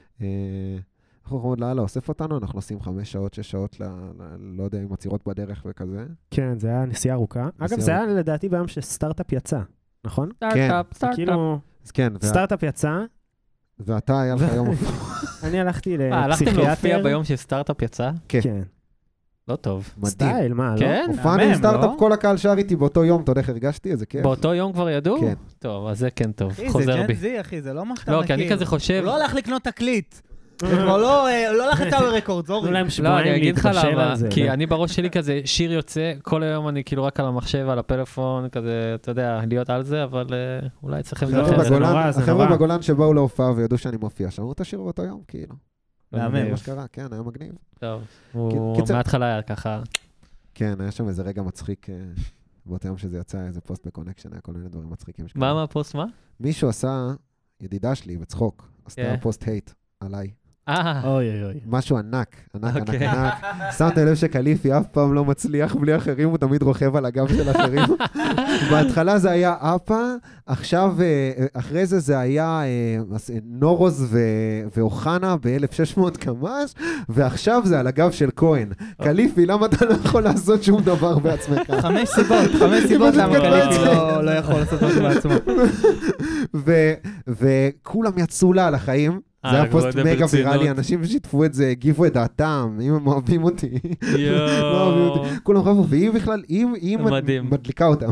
בחור חמוד לאללה אוסף אותנו, אנחנו עושים 5 שעות, 6 שעות, לא יודע, עם עצירות בדרך וכזה. כן, זה היה נסיעה ארוכה. אגב, זה היה לדעתי ביום שסטארט-אפ יצא, נכון? סטארט-אפ, סטארט-אפ. כאילו, אז כן, סטארט-אפ יצא, ואתה היה לך יום... אני הלכתי הלכתם להופיע לפסיכיאטר. ביום שסטארט-אפ יצא? כן. לא טוב. מדהים. סטייל, מה, לא? כן? הופענו עם מהמם, סטארט-אפ, לא? כל הקהל שר איתי באותו יום, אתה יודע איך הרגשתי? איזה כיף. באותו יום כבר ידעו? כן. טוב, אז זה כן טוב. אחי, זה חוזר בי. ג'ן זי, אחי, זה לא מה שאתה לא, מכיר. כי אני כזה חושב... הוא לא הלך לקנות תקליט. זה כבר לא הלך לטאוור רקורד, תנו זורי. להם לא, שבועיים אני אגיד לך להתבשל למה, על זה. כי אני בראש שלי כזה, שיר יוצא, כל היום אני כאילו רק על המחשב, על הפלאפון, כזה, אתה יודע, להיות על זה, אבל אולי צריכים לא, לזכר. זה נורא, זה החבר'ה נורא. בגולן שבאו להופעה וידעו שאני מופיע, שמעו את השיר באותו יום, כאילו. מהמם. זה מה שקרה, כן, היה מגניב. טוב, הוא קיצר- מההתחלה היה ככה. כן, היה שם איזה רגע מצחיק, באותו יום שזה יצא, איזה פוסט בקונקשן, היה כל מיני דברים מצחיקים שקרה. מה הפוסט, מה? מישהו עשה, ידידה שלי, בצחוק, עשתה כן. פוסט הייט עליי. אוי, אוי. משהו ענק, ענק, ענק, אוקיי. ענק. שמת לב שקליפי אף פעם לא מצליח בלי אחרים, הוא תמיד רוכב על הגב של אחרים. בהתחלה זה היה אפה, עכשיו, אחרי זה היה נורוז ואוחנה ב-1600 קמ"ש, ועכשיו זה על הגב של כהן. קליפי, למה אתה לא יכול לעשות שום דבר בעצמך? 5 סיבות למה קליפי לא יכול לעשות משהו בעצמו. וכולם יצאו לה על החיים. זה היה פוסט גודל מגה ברצינות. ויראלי, אנשים שיתפו את זה, הגיבו את דעתם, אם הם אוהבים אותי. לא אוהבים אותי. כולם חייבו, והיא בכלל, היא מדהים. מדליקה אותם.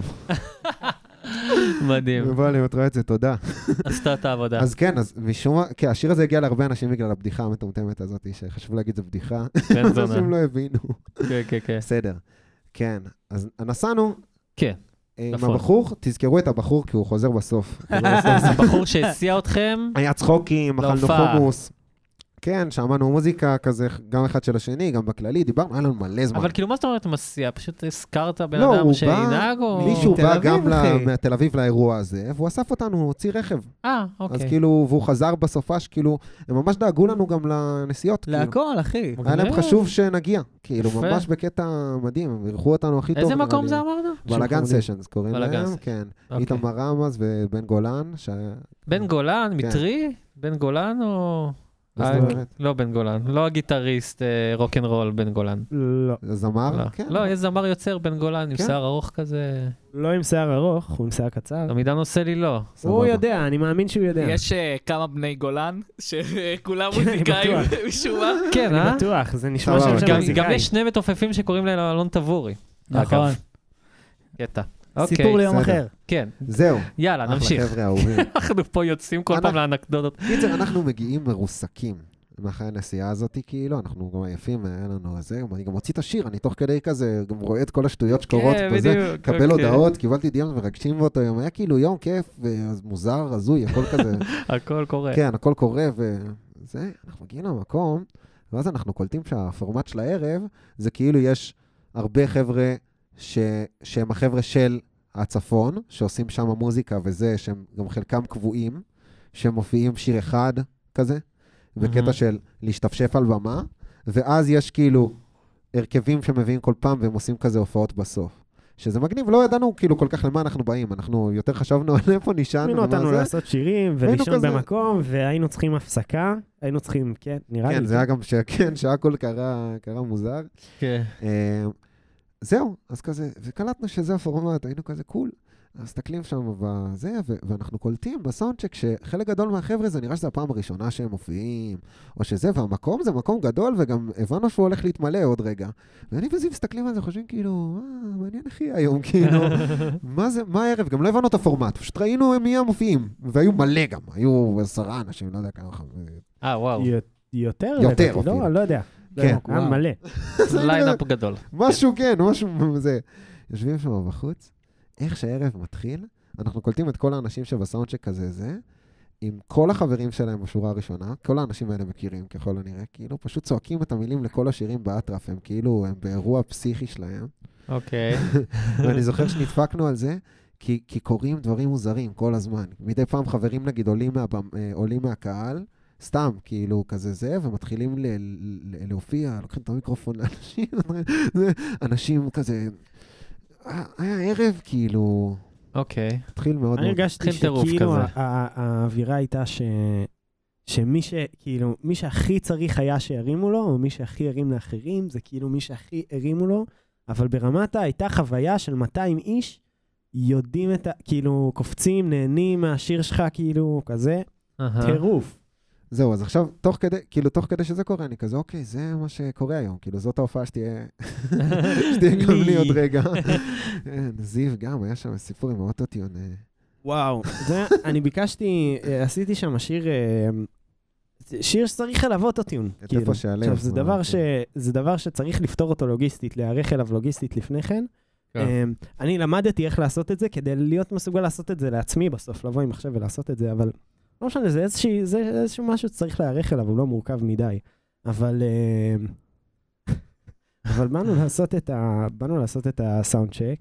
מדהים. ובואי, אם את רואה את זה, תודה. עשתה את העבודה. אז כן, אז משום מה, כן, השיר הזה הגיע להרבה אנשים בגלל הבדיחה המטומטמת הזאת, שחשבו להגיד זה בדיחה. בן זונה. אנשים לא הבינו. כן, כן, כן. בסדר. כן, אז נסענו. כן. עם נכון. הבחור, תזכרו את הבחור, כי הוא חוזר בסוף. זה בחור שהסיע אתכם. היה צחוקים, אכלנו להופעה. חומוס. כן, שמענו מוזיקה כזה, גם אחד של השני, גם בכללי, דיברנו, היה לנו מלא זמן. אבל כאילו, מה זאת אומרת מסיע? פשוט הזכרת בן לא, אדם הוא שינהג או... מישהו תל בא אביב, גם אחי. מתל אביב לאירוע הזה, והוא אסף אותנו, הוא הוציא רכב. אז אוקיי. כאילו, והוא חזר בסופש, כאילו, הם ממש דאגו לנו גם לנסיעות. כאילו. להכל, אחי. היה להם מגניב. חשוב שנגיע, כאילו, יפה. ממש בקטע מדהים, הם אירחו אותנו הכי טוב. איזה נראה מקום לי. זה אמרת? בלאגן חמודים. סשנס קוראים בלאגן להם, סשנס. כן. אוקיי. איתמר רמז ובן גולן, בן גולן, כן. מטרי? בן גולן או... מה זאת אומרת? לא בן גולן, לא הגיטריסט רוק'נ'רול בן גולן. לא. זמר? לא. כן. לא, יש זמר יוצר בן גולן עם כן. שיער ארוך כזה. לא עם שיער ארוך, הוא עם שיער קצר. תמיד עושה לי לא. הוא סבבה. יודע, אני מאמין שהוא יודע. יש כמה בני גולן, שכולם כן, אני מוזיקאים בטוח. משום מה. כן, אני בטוח, זה נשמע סבבה. שם גם מוזיקאי. יש שני מתופפים שקוראים להם אלון תבורי. נכון. אגב. קטע. סיפור אוקיי, ליום בסדר. אחר. כן. זהו. יאללה, נמשיך. אחלה חבר'ה אהובים. אנחנו פה יוצאים כל פעם לאנקדוטות. קיצר, אנחנו מגיעים מרוסקים. מאחרי הנסיעה הזאת, כאילו, אנחנו גם עייפים, היה לנו זה, אני גם מוציא את השיר, אני תוך כדי כזה, גם רואה את כל השטויות שקורות כן, וזה, בדיוק, קבל אוקיי. הודעות, קיבלתי דיון מרגשים באותו יום, היה כאילו יום כיף, מוזר, הזוי, הכל כזה, הכל קורה. כן, הכל קורה, וזה, אנחנו מגיעים למקום, ואז אנחנו קולטים שהפורמט של הערב, זה כאילו יש הרבה חבר'ה שהם החבר'ה של הצפון, שעושים שם מוזיקה וזה, שהם גם חלקם קבועים, שהם מופיעים שיר אחד כזה, בקטע של להשתפשף על במה, ואז יש כאילו הרכבים שמביאים כל פעם, והם עושים כזה הופעות בסוף. שזה מגניב, לא ידענו כאילו כל כך למה אנחנו באים, אנחנו יותר חשבנו על איפה נשענו הזמינו ומה אותנו זה. לעשות שירים היינו ולישון כזה- במקום, והיינו צריכים הפסקה, היינו צריכים, כן, נראה לי. כן, זה היה גם כן, שהכל קרה מוזר. כן. זהו, אז כזה, וקלטנו שזה הפורמט, היינו כזה קול. אז מסתכלים שם בזה, ואנחנו קולטים בסאונדצ'ק שחלק גדול מהחבר'ה זה נראה שזה הפעם הראשונה שהם מופיעים, או שזה, והמקום זה מקום גדול, וגם הבנו שהוא הולך להתמלא עוד רגע. ואני וזיו מסתכלים על זה, חושבים כאילו, מעניין אחי היום, כאילו, מה הערב? גם לא הבנו את הפורמט, פשוט ראינו מי המופיעים, והיו מלא גם, היו 10 אנשים, לא יודע כמה וואו. יותר אפילו. לא יודע. כן. היה מלא. ליינאפ גדול. משהו כן, משהו זה. יושבים שם בחוץ, איך שהערב מתחיל, אנחנו קולטים את כל האנשים שבסאונדצ'ק כזה זה, עם כל החברים שלהם בשורה הראשונה, כל האנשים האלה מכירים ככל הנראה, כאילו פשוט צועקים את המילים לכל השירים באטרף, הם כאילו, הם באירוע פסיכי שלהם. אוקיי. ואני זוכר שנדפקנו על זה, כי קוראים דברים מוזרים כל הזמן. מדי פעם חברים נגיד עולים מהקהל, סתם, כאילו, כזה זה, ומתחילים להופיע, לוקחים את המיקרופון לאנשים, אנשים כזה, היה ערב, כאילו, אוקיי. התחיל מאוד אני מאוד. הרגשתי שכאילו האווירה הייתה שמי שכאילו, מי שהכי צריך היה שירימו לו, או מי שהכי הרים לאחרים, זה כאילו מי שהכי הרימו לו, אבל ברמת הייתה חוויה של 200 איש, יודעים את כאילו, קופצים, נהנים מהשיר שלך, כאילו, כזה, טירוף. זהו, אז עכשיו, תוך כדי שזה קורה, אני כזה, אוקיי, זה מה שקורה היום, כאילו, זאת ההופעה שתהיה גם לי עוד רגע. זיו גם, היה שם סיפור עם האוטוטיון. וואו, אני ביקשתי, עשיתי שם שיר שצריך אליו אוטוטיון. את איפה שהלב. עכשיו, זה דבר שצריך לפתור אותו לוגיסטית, להיערך אליו לוגיסטית לפני כן. אני למדתי איך לעשות את זה, כדי להיות מסוגל לעשות את זה לעצמי בסוף, לבוא עם מחשב ולעשות את זה, אבל לא משנה, זה איזשהו משהו שצריך להיערך אליו, הוא לא מורכב מדי. אבל באנו לעשות את הסאונד צ'ק,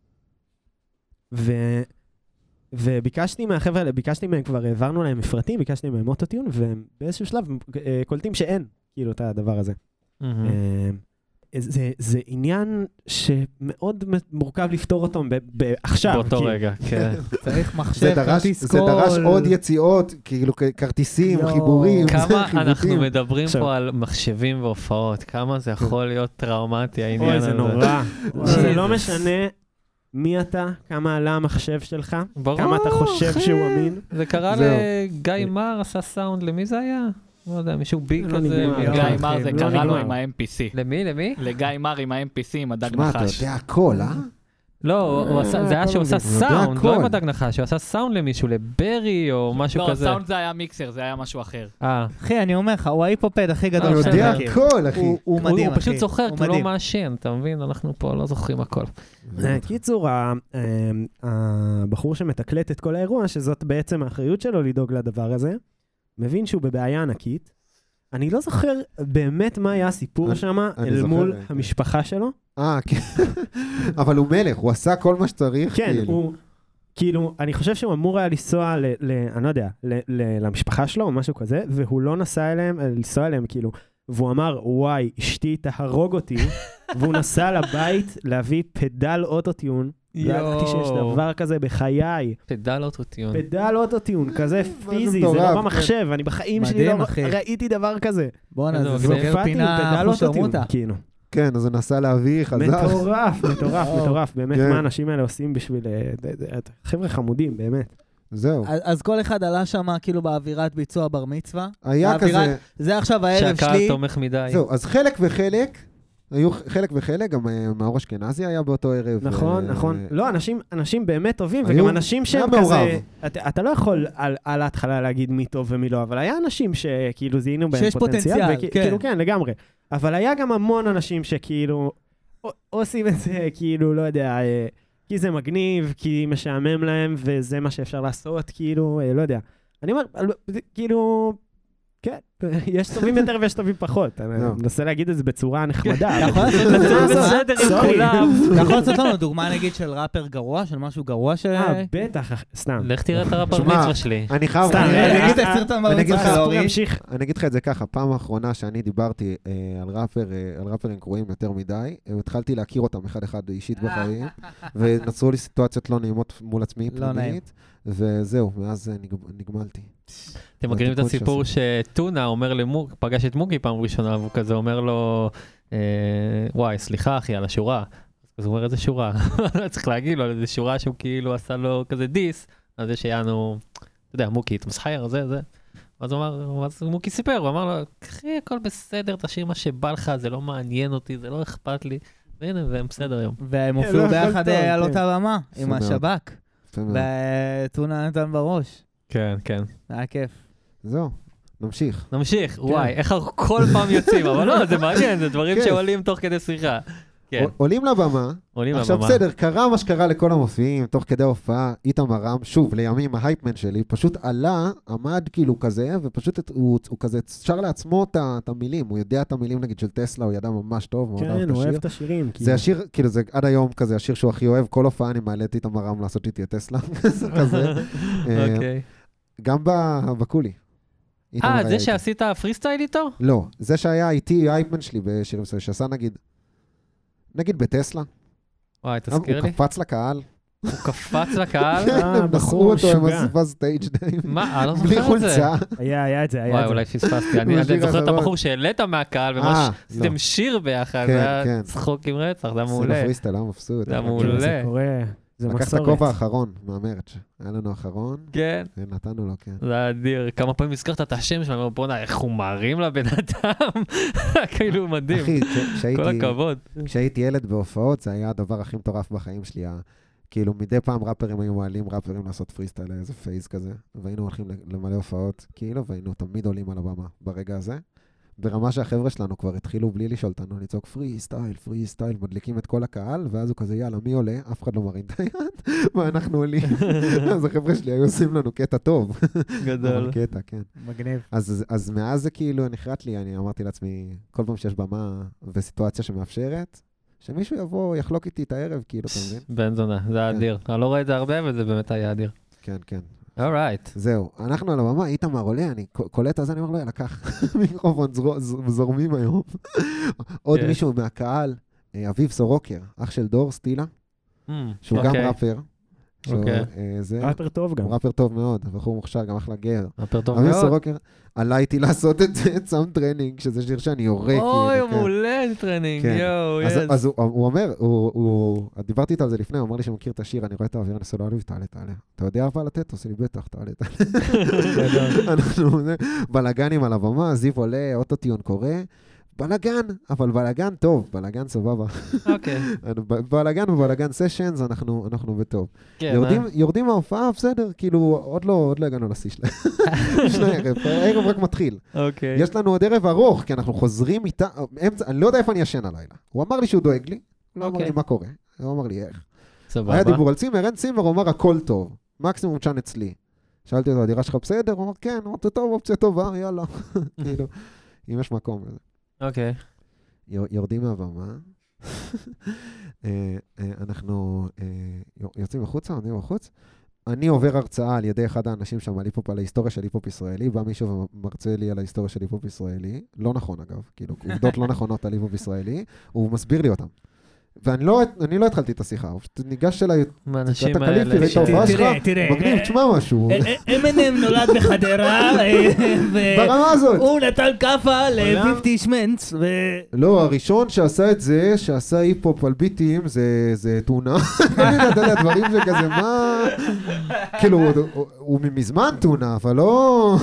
וביקשתי מהחבר'ה האלה, ביקשתי מהם, כבר העברנו להם מפרטים, ביקשתי מהם אוטוטיון, ובאיזשהו שלב קולטים שאין, כאילו, את הדבר הזה. זה עניין שמאוד מורכב לפתור אותו עכשיו. באותו רגע, כן. צריך מחשב, כרטיס קול. זה דרש עוד יציאות, כאילו כרטיסים, חיבורים, כמה אנחנו מדברים פה על מחשבים והופעות, כמה זה יכול להיות טראומטי העניין הזה. זה נורא. זה לא משנה מי אתה, כמה עלה המחשב שלך, כמה אתה חושב שהוא אמין. זה קרה לגיא מר, עשה סאונד, למי זה היה? לא יודע, מישהו ביג כזה. גיא מר זה קרה לו עם ה-MPC. למי? לגיא מר עם ה-MPC, עם הדג שמע, אתה נחש. יודע הכל, לא, זה היה שהוא עשה סאונד, לא עם הדג נחש, שהוא עשה סאונד למישהו, לברי או משהו כזה. לא, סאונד זה היה מיקסר, זה היה משהו אחר. אחי, אני אומר לך, הוא ההיפופד הכי גדול אני יודע הכל, אחי. הוא מדהים, אחי. הוא פשוט זוכר, הוא לא מאשן, אתה מבין? אנחנו פה לא זוכרים הכל. קיצור, הבחור שמתקלט את כל האירוע, שזאת בעצם האחריות שלו לדאוג לדבר הזה, מבין שהוא בבעיה ענקית. אני לא זוכר באמת מה היה הסיפור שם אל מול המשפחה שלו. כן. אבל הוא מלך, הוא עשה כל מה שצריך. כן, הוא, כאילו, אני חושב שהוא אמור היה לנסוע, אני לא יודע, למשפחה שלו או משהו כזה, והוא לא נסע אליהם, לנסוע אליהם, כאילו, והוא אמר, וואי, אשתי תהרוג אותי, והוא נסע לבית להביא פדל אוטוטיון, ידעתי שיש דבר כזה בחיי. פדל אוטוטיון. פדל אוטוטיון, כזה פיזי, זה לא במחשב, אני בחיים שלי לא ראיתי דבר כזה. בוא'נה, זה סוגר פינה אחושרמוטה. כן, אז הוא נסע להביא, חזר. מטורף, באמת, מה האנשים האלה עושים בשביל חבר'ה חמודים, באמת. זהו. אז כל אחד עלה שם כאילו באווירת ביצוע בר מצווה. היה כזה. זה עכשיו הערב שלי. שהקהל תומך מדי. זהו, אז חלק וחלק, היו חלק וחלק, גם מאור אשכנזי היה באותו ערב. נכון. לא, אנשים באמת טובים, וגם אנשים שהם כזה, אתה לא יכול על ההתחלה להגיד מי טוב ומי לא, אבל היה אנשים שכאילו זיהינו בהם פוטנציאל, כאילו כן, לגמרי. אבל היה גם המון אנשים שכאילו עושים את זה, כאילו, לא יודע, כי זה מגניב, כי משעמם להם, וזה מה שאפשר לעשות, כאילו, לא יודע. אני אומר, כאילו, כן, יש טובים יותר ויש טובים פחות. אני מנסה להגיד את זה בצורה נחמדה. אתה יכול לעשות לנו דוגמה, נגיד, של ראפר גרוע, של משהו גרוע ש... בטח, סתם. לך תראה את הראפר מצווה שלי. אני חייב... אני אגיד לך את זה ככה, פעם האחרונה שאני דיברתי על ראפרים קרואים יותר מדי, התחלתי להכיר אותם אחד אישית בחיים, ונוצרו לי סיטואציות לא נעימות מול עצמי, פנימית, וזהו, מאז נגמלתי. אתם מכירים את הסיפור שטונה אומר למוג, פגש את מוגי פעם ראשונה, והוא כזה אומר לו, וואי, סליחה אחי, על השורה. אז הוא אומר איזה שורה, צריך להגיד לו, איזה שורה שהוא כאילו עשה לו כזה דיס, אז זה שיענו, אתה יודע, מוקי, אתה מסחייר, זה. אז הוא אמר, אז מוקי סיפר, הוא אמר לו, אחי, הכל בסדר, תשאיר מה שבא לך, זה לא מעניין אותי, זה לא אכפת לי, והנה, והם בסדר היום. והם הופיעו ביחד על אותה במה, עם השב"כ, וטונה נתן בראש. כן. היה כיף. זהו, נמשיך. וואי, איך אנחנו כל פעם יוצאים, אבל לא, זה מעניין, זה דברים שעולים תוך כדי שיחה. עולים לבמה, עכשיו בסדר, קרה מה שקרה לכל המופיעים, תוך כדי ההופעה, איתמר רם, שוב, לימים ההייפמן שלי, פשוט עלה, עמד כאילו כזה, ופשוט הוא כזה שר לעצמו את המילים, הוא יודע את המילים נגיד של טסלה, הוא ידע ממש טוב, כן, הוא אוהב את השירים. זה השיר, כאילו זה עד היום כזה, השיר שהוא הכי אוהב, כל הופעה אני מעלה את איתמר רם לעשות איתי את טסלה, כזה. גם בקולי. זה שעשית פרי סטייל איתו? לא, זה שהיה איתי ההייפמן שלי בשירים מסוים, שעשה נגיד בטסלה. וואי, תזכיר לי. הוא קפץ לקהל. הוא קפץ לקהל? בחרו אותו עם הסביבה סטייג' די. מה? לא בלי זוכר את זה. חולצה. היה את זה. וואי, אולי פספסתי. אני זוכר את הבחור שהעלית מהקהל, ממש עשיתם שיר ביחד. זה היה צחוק עם רצח, זה היה מעולה. זה פריסטייל, היה מבסוט. זה היה מעולה. זה קורה. לקח את הכובע האחרון מהמרץ'. היה לנו האחרון. כן. ונתנו לו, כן. זה היה אדיר. כמה פעמים הזכרת את השם שלנו, בוא'נה, איך הוא מרים לבן אדם. כאילו מדהים. אחי, כל הכבוד. כשהייתי ילד בהופעות, זה היה הדבר הכי מטורף בחיים שלי. כאילו, מדי פעם ראפרים היו מעלים ראפרים לעשות פריסטייל, איזה פייס כזה. והיינו הולכים למלא הופעות, כאילו, והיינו תמיד עולים על הבמה ברגע הזה. ברמה שהחבר'ה שלנו כבר התחילו בלי לשאול אותנו, לצעוק פרי סטייל, מדליקים את כל הקהל, ואז הוא כזה, יאללה, מי עולה? אף אחד לא מרים את היד, ואנחנו עולים. אז החבר'ה שלי היו עושים לנו קטע טוב. גדול. קטע, כן. מגניב. אז מאז זה כאילו נחרט לי, אני אמרתי לעצמי, כל פעם שיש במה וסיטואציה שמאפשרת, שמישהו יבוא, יחלוק איתי את הערב, כאילו, אתה מבין? בן זונה, זה היה אדיר. אני לא רואה את זה הרבה, אבל זה באמת היה אדיר. כן, כן. אורייט. זהו, אנחנו על הבמה, איתמר עולה, אני קולט אז אני אומר לו, יאללה, קח מיקרופון זורמים היום. עוד מישהו מהקהל, אביב סורוקר, אח של דור סטילה, שהוא גם ראפר. ראפר טוב גם. הוא ראפר טוב מאוד, בחור מוכשר, גם אחלה גר. ראפר טוב אביב מאוד. סורוקר, עלה איתי לעשות את סאונד טרנינג, שזה שיר שאני יורה. אוי, הוא מעולה טרנינג, יואו, יס. אז הוא אומר, דיברתי איתו על זה לפני, הוא אמר לי שהוא מכיר את השיר, אני רואה את האוויר, אני עושה לו, תעלה. אתה יודע אבל לתת? עושה לי בטח, תעלה. אנחנו בלגנים על הבמה, זיו עולה, אוטוטיון קורא, בלגן, אבל בלגן טוב, בלגן סבבה. אוקיי. בלגן ובלגן סשנס, אנחנו בטוב. יורדים מההופעה, בסדר, כאילו, עוד לא הגענו לשיא שלהם. הערב רק מתחיל. אוקיי. יש לנו עוד ערב ארוך, כי אנחנו חוזרים איתה, אני לא יודע איפה אני ישן הלילה. הוא אמר לי שהוא דואג לי, לא אמר לי מה קורה. הוא אמר לי איך. סבבה. היה דיבור על צימר, אין צימר, הוא אמר הכל טוב. מקסימום צ'אן אצלי. שאלתי אותו, הדירה שלך בסדר? הוא אמר, כן, אמרתי, טוב, אופציה טובה, יאללה. כאילו, אם יש מקום לזה. אוקיי. יורדים מהבמה. אנחנו יוצאים החוצה, עומדים בחוץ. אני עובר הרצאה על ידי אחד האנשים שם על היפופ, על ההיסטוריה של היפופ ישראלי, בא מישהו ומרצה לי על ההיסטוריה של היפופ ישראלי, לא נכון אגב, כאילו, עובדות לא נכונות על היפופ ישראלי, הוא מסביר לי אותם. ואני לא התחלתי את השיחה, הוא פשוט ניגש אליי, מהאנשים האלה. תראה, מגניב, תשמע משהו. אמינם נולד בחדרה, ברמה הזאת. הוא נתן כפה ל-50 שמנץ. לא, הראשון שעשה את זה, שעשה היפופ על ביטים, זה טונה. אתה יודע, דברים שכזה, מה? כאילו, הוא מזמן טונה, אבל לא...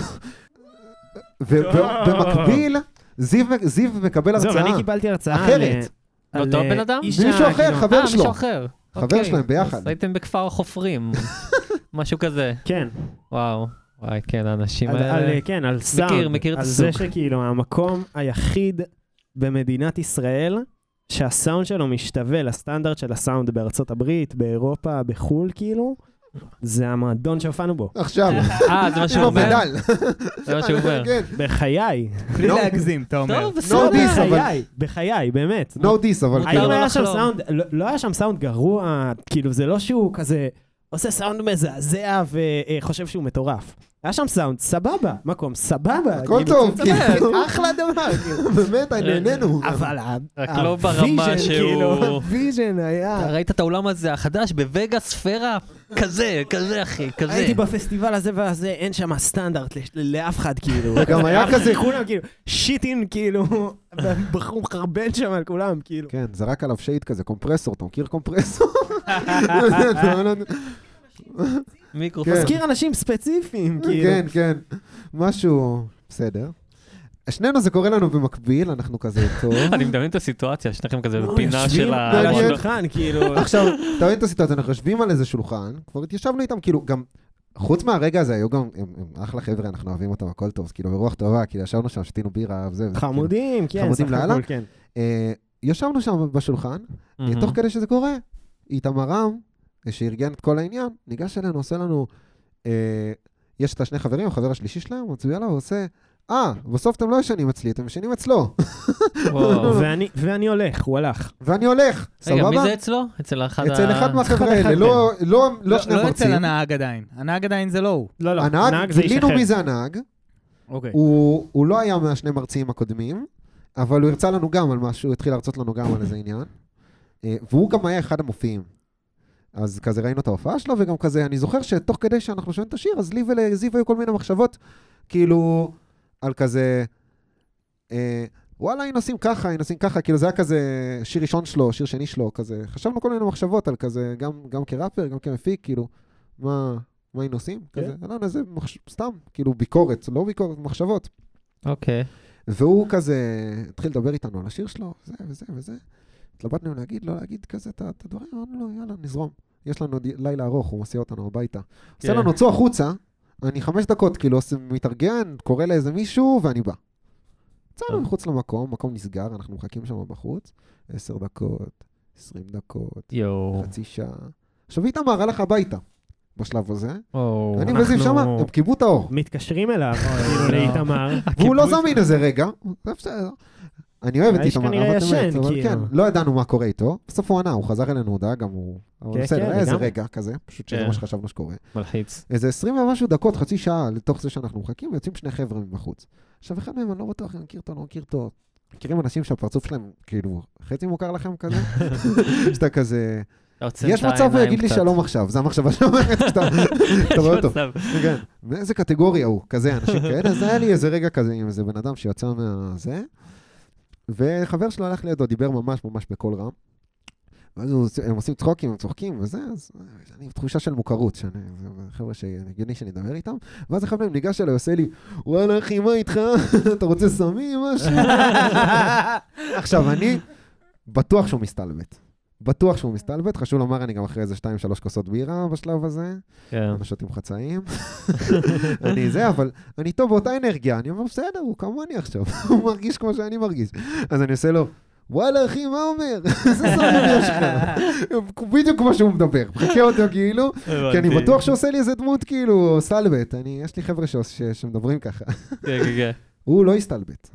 ובמקביל, זיו מקבל הרצאה. זהו, אני קיבלתי הרצאה אחרת. אותו בן אדם? מישהו אחר, חבר שלו. מישהו אחר. חבר שלהם ביחד. אז הייתם בכפר החופרים. משהו כזה. כן. וואי, כן, האנשים האלה. כן, על סאונד. מכיר את על הסוג. זה שכאילו המקום היחיד במדינת ישראל, שהסאונד שלו משתווה לסטנדרט של הסאונד בארצות הברית, באירופה, בחול כאילו, זה המועדון שהופענו בו. עכשיו. זה מה שהוא אומר. זה מה שהוא אומר. בחיי. בלי להגזים, אתה אומר. טוב, בסדר. בחיי, באמת. No diss, אבל... האם היה שם סאונד, לא היה שם סאונד גרוע, כאילו זה לא שהוא כזה עושה סאונד מזעזע וחושב שהוא מטורף. היה שם סאונד, סבבה, מקום, סבבה. הכל טוב, כאילו. אחלה דבר, כאילו. באמת, נהנינו. אבל רק לא ברמה שהוא... הוויז'ן היה... ראית את האולם הזה החדש בווגאס ספירה? כזה אחי, כזה. הייתי בפסטיבל הזה והזה, אין שם סטנדרט לאף אחד, כאילו. וגם היה כזה... כולם, כאילו, שיטין, כאילו, בחור מחרבן שם על כולם, כאילו. כן, זרק עליו שייט כזה, קומפרסור, אתה מכיר קומפרסור? מיקרופון. מזכיר אנשים ספציפיים, כאילו. כן, כן. משהו... בסדר. שנינו זה קורה לנו במקביל, אנחנו כזה טוב. אני מדמיין את הסיטואציה, שניכם כזה בפינה של על השולחן, כאילו. עכשיו, אתה רואה את הסיטואציה, אנחנו יושבים על איזה שולחן, כבר התיישבנו איתם, כאילו, גם, חוץ מהרגע הזה, היו גם, הם אחלה חבר'ה, אנחנו אוהבים אותם, הכל טוב, כאילו, ברוח טובה, כאילו, ישבנו שם, שתינו בירה, וזה. חמודים, כן, חמודים לאללה. כן. ישבנו שם בשולחן, תוך כדי שזה קורה, איתמר רם, שארגן את כל העניין, ניגש אלינו, עושה לנו, יש את השני חברים, החבר השלישי שלהם, מצביע לה, ועושה, בסוף אתם לא ישנים אצלי, אתם ישנים אצלו. ואני הולך, הוא הלך. ואני הולך, סבבה? רגע, מי זה אצלו? אצל אחד מהחבר'ה האלה, לא שני המרצים. לא אצל הנהג עדיין. הנהג עדיין זה לא הוא. לא, הנהג, גילינו מי זה הנהג. אוקיי. הוא לא היה מהשני מרצים הקודמים, אבל הוא הרצה לנו גם על משהו, התחיל להרצות לנו גם על איזה עניין. והוא גם היה אחד המופיעים. אז כזה ראינו את ההופעה שלו, וגם כזה, אני זוכר שתוך כדי שאנחנו שומעים את השיר, אז לי ולזיו היו כל מיני מחשבות, כאילו, על כזה, וואלה, היינו עושים ככה, כאילו זה היה כזה שיר ראשון שלו, שיר שני שלו, כזה, חשבנו כל מיני מחשבות על כזה, גם כראפר, גם כמפיק, כאילו, מה היינו עושים? כזה, לא, זה סתם, כאילו, ביקורת, לא ביקורת, מחשבות. אוקיי. והוא כזה, התחיל לדבר איתנו על השיר שלו, וזה. התלבטנו להגיד, לא להגיד כזה את הדברים, אמרנו לו, יאללה, נזרום. יש לנו לילה ארוך, הוא מסיע אותנו הביתה. עושה לנו, צאו החוצה, אני 5 דקות, כאילו, מתארגן, קורא לאיזה מישהו, ואני בא. צאנו מחוץ למקום, מקום נסגר, אנחנו מחכים שם בחוץ, 10 דקות, 20 דקות, חצי שעה. עכשיו איתמר הלך הביתה, בשלב הזה. אני וזיו שמה, הם קיבו את האור. מתקשרים אליו, כאילו לאיתמר. והוא לא זמין איזה רגע, זה בסדר. אני אוהב את איתמר, כנראה ישן, אבל כן, לא ידענו מה קורה איתו. בסוף הוא ענה, הוא חזר אלינו הודעה, גם הוא... אבל בסדר, איזה רגע כזה, פשוט שזה מה שחשבנו שקורה. מלחיץ. איזה 20 ומשהו דקות, חצי שעה, לתוך זה שאנחנו מחכים, ויוצאים 2 חבר'ה מבחוץ. עכשיו, אחד מהם, אני לא בטוח, אני מכיר אותו, לא מכיר אותו. מכירים אנשים שהפרצוף שלהם, כאילו, חצי מוכר לכם כזה? שאתה כזה... יש מצב הוא יגיד לי שלום עכשיו, זה המחשבה שאומרת, אתה רואה אותו. כן, מאיזה קטגוריה הוא, כזה, אנשים כאלה, אז היה לי איזה רגע כזה עם איזה בן אדם שיצא מהזה, וחבר שלו הלך לידו, דיבר ממש בקול רם, ואז הם עושים צחוקים, הם צוחקים וזה, אז אני בתחושה של מוכרות, חבר'ה שהגיוני שאני אדבר איתם, ואז אחד מהם ניגש אליי, עושה לי, וואלה אחי, מה איתך? אתה רוצה סמים משהו? עכשיו, אני בטוח שהוא מסתלבט, חשוב לומר, אני גם אחרי איזה 2-3 כוסות בירה בשלב הזה, אנשות עם חצאים, אבל אני טוב באותה אנרגיה, אני אומר, בסדר, הוא כמוני עכשיו, הוא מרגיש כמו שאני מרגיש, אז אני עושה לו, וואלה אחי, מה אומר? איזה סמים יש לך? בדיוק כמו שהוא מדבר, מחכה אותו כאילו, כי אני בטוח שעושה לי איזה דמות כאילו, סטלבט, יש לי חבר'ה שמדברים ככה. כן. הוא לא יסטלבט.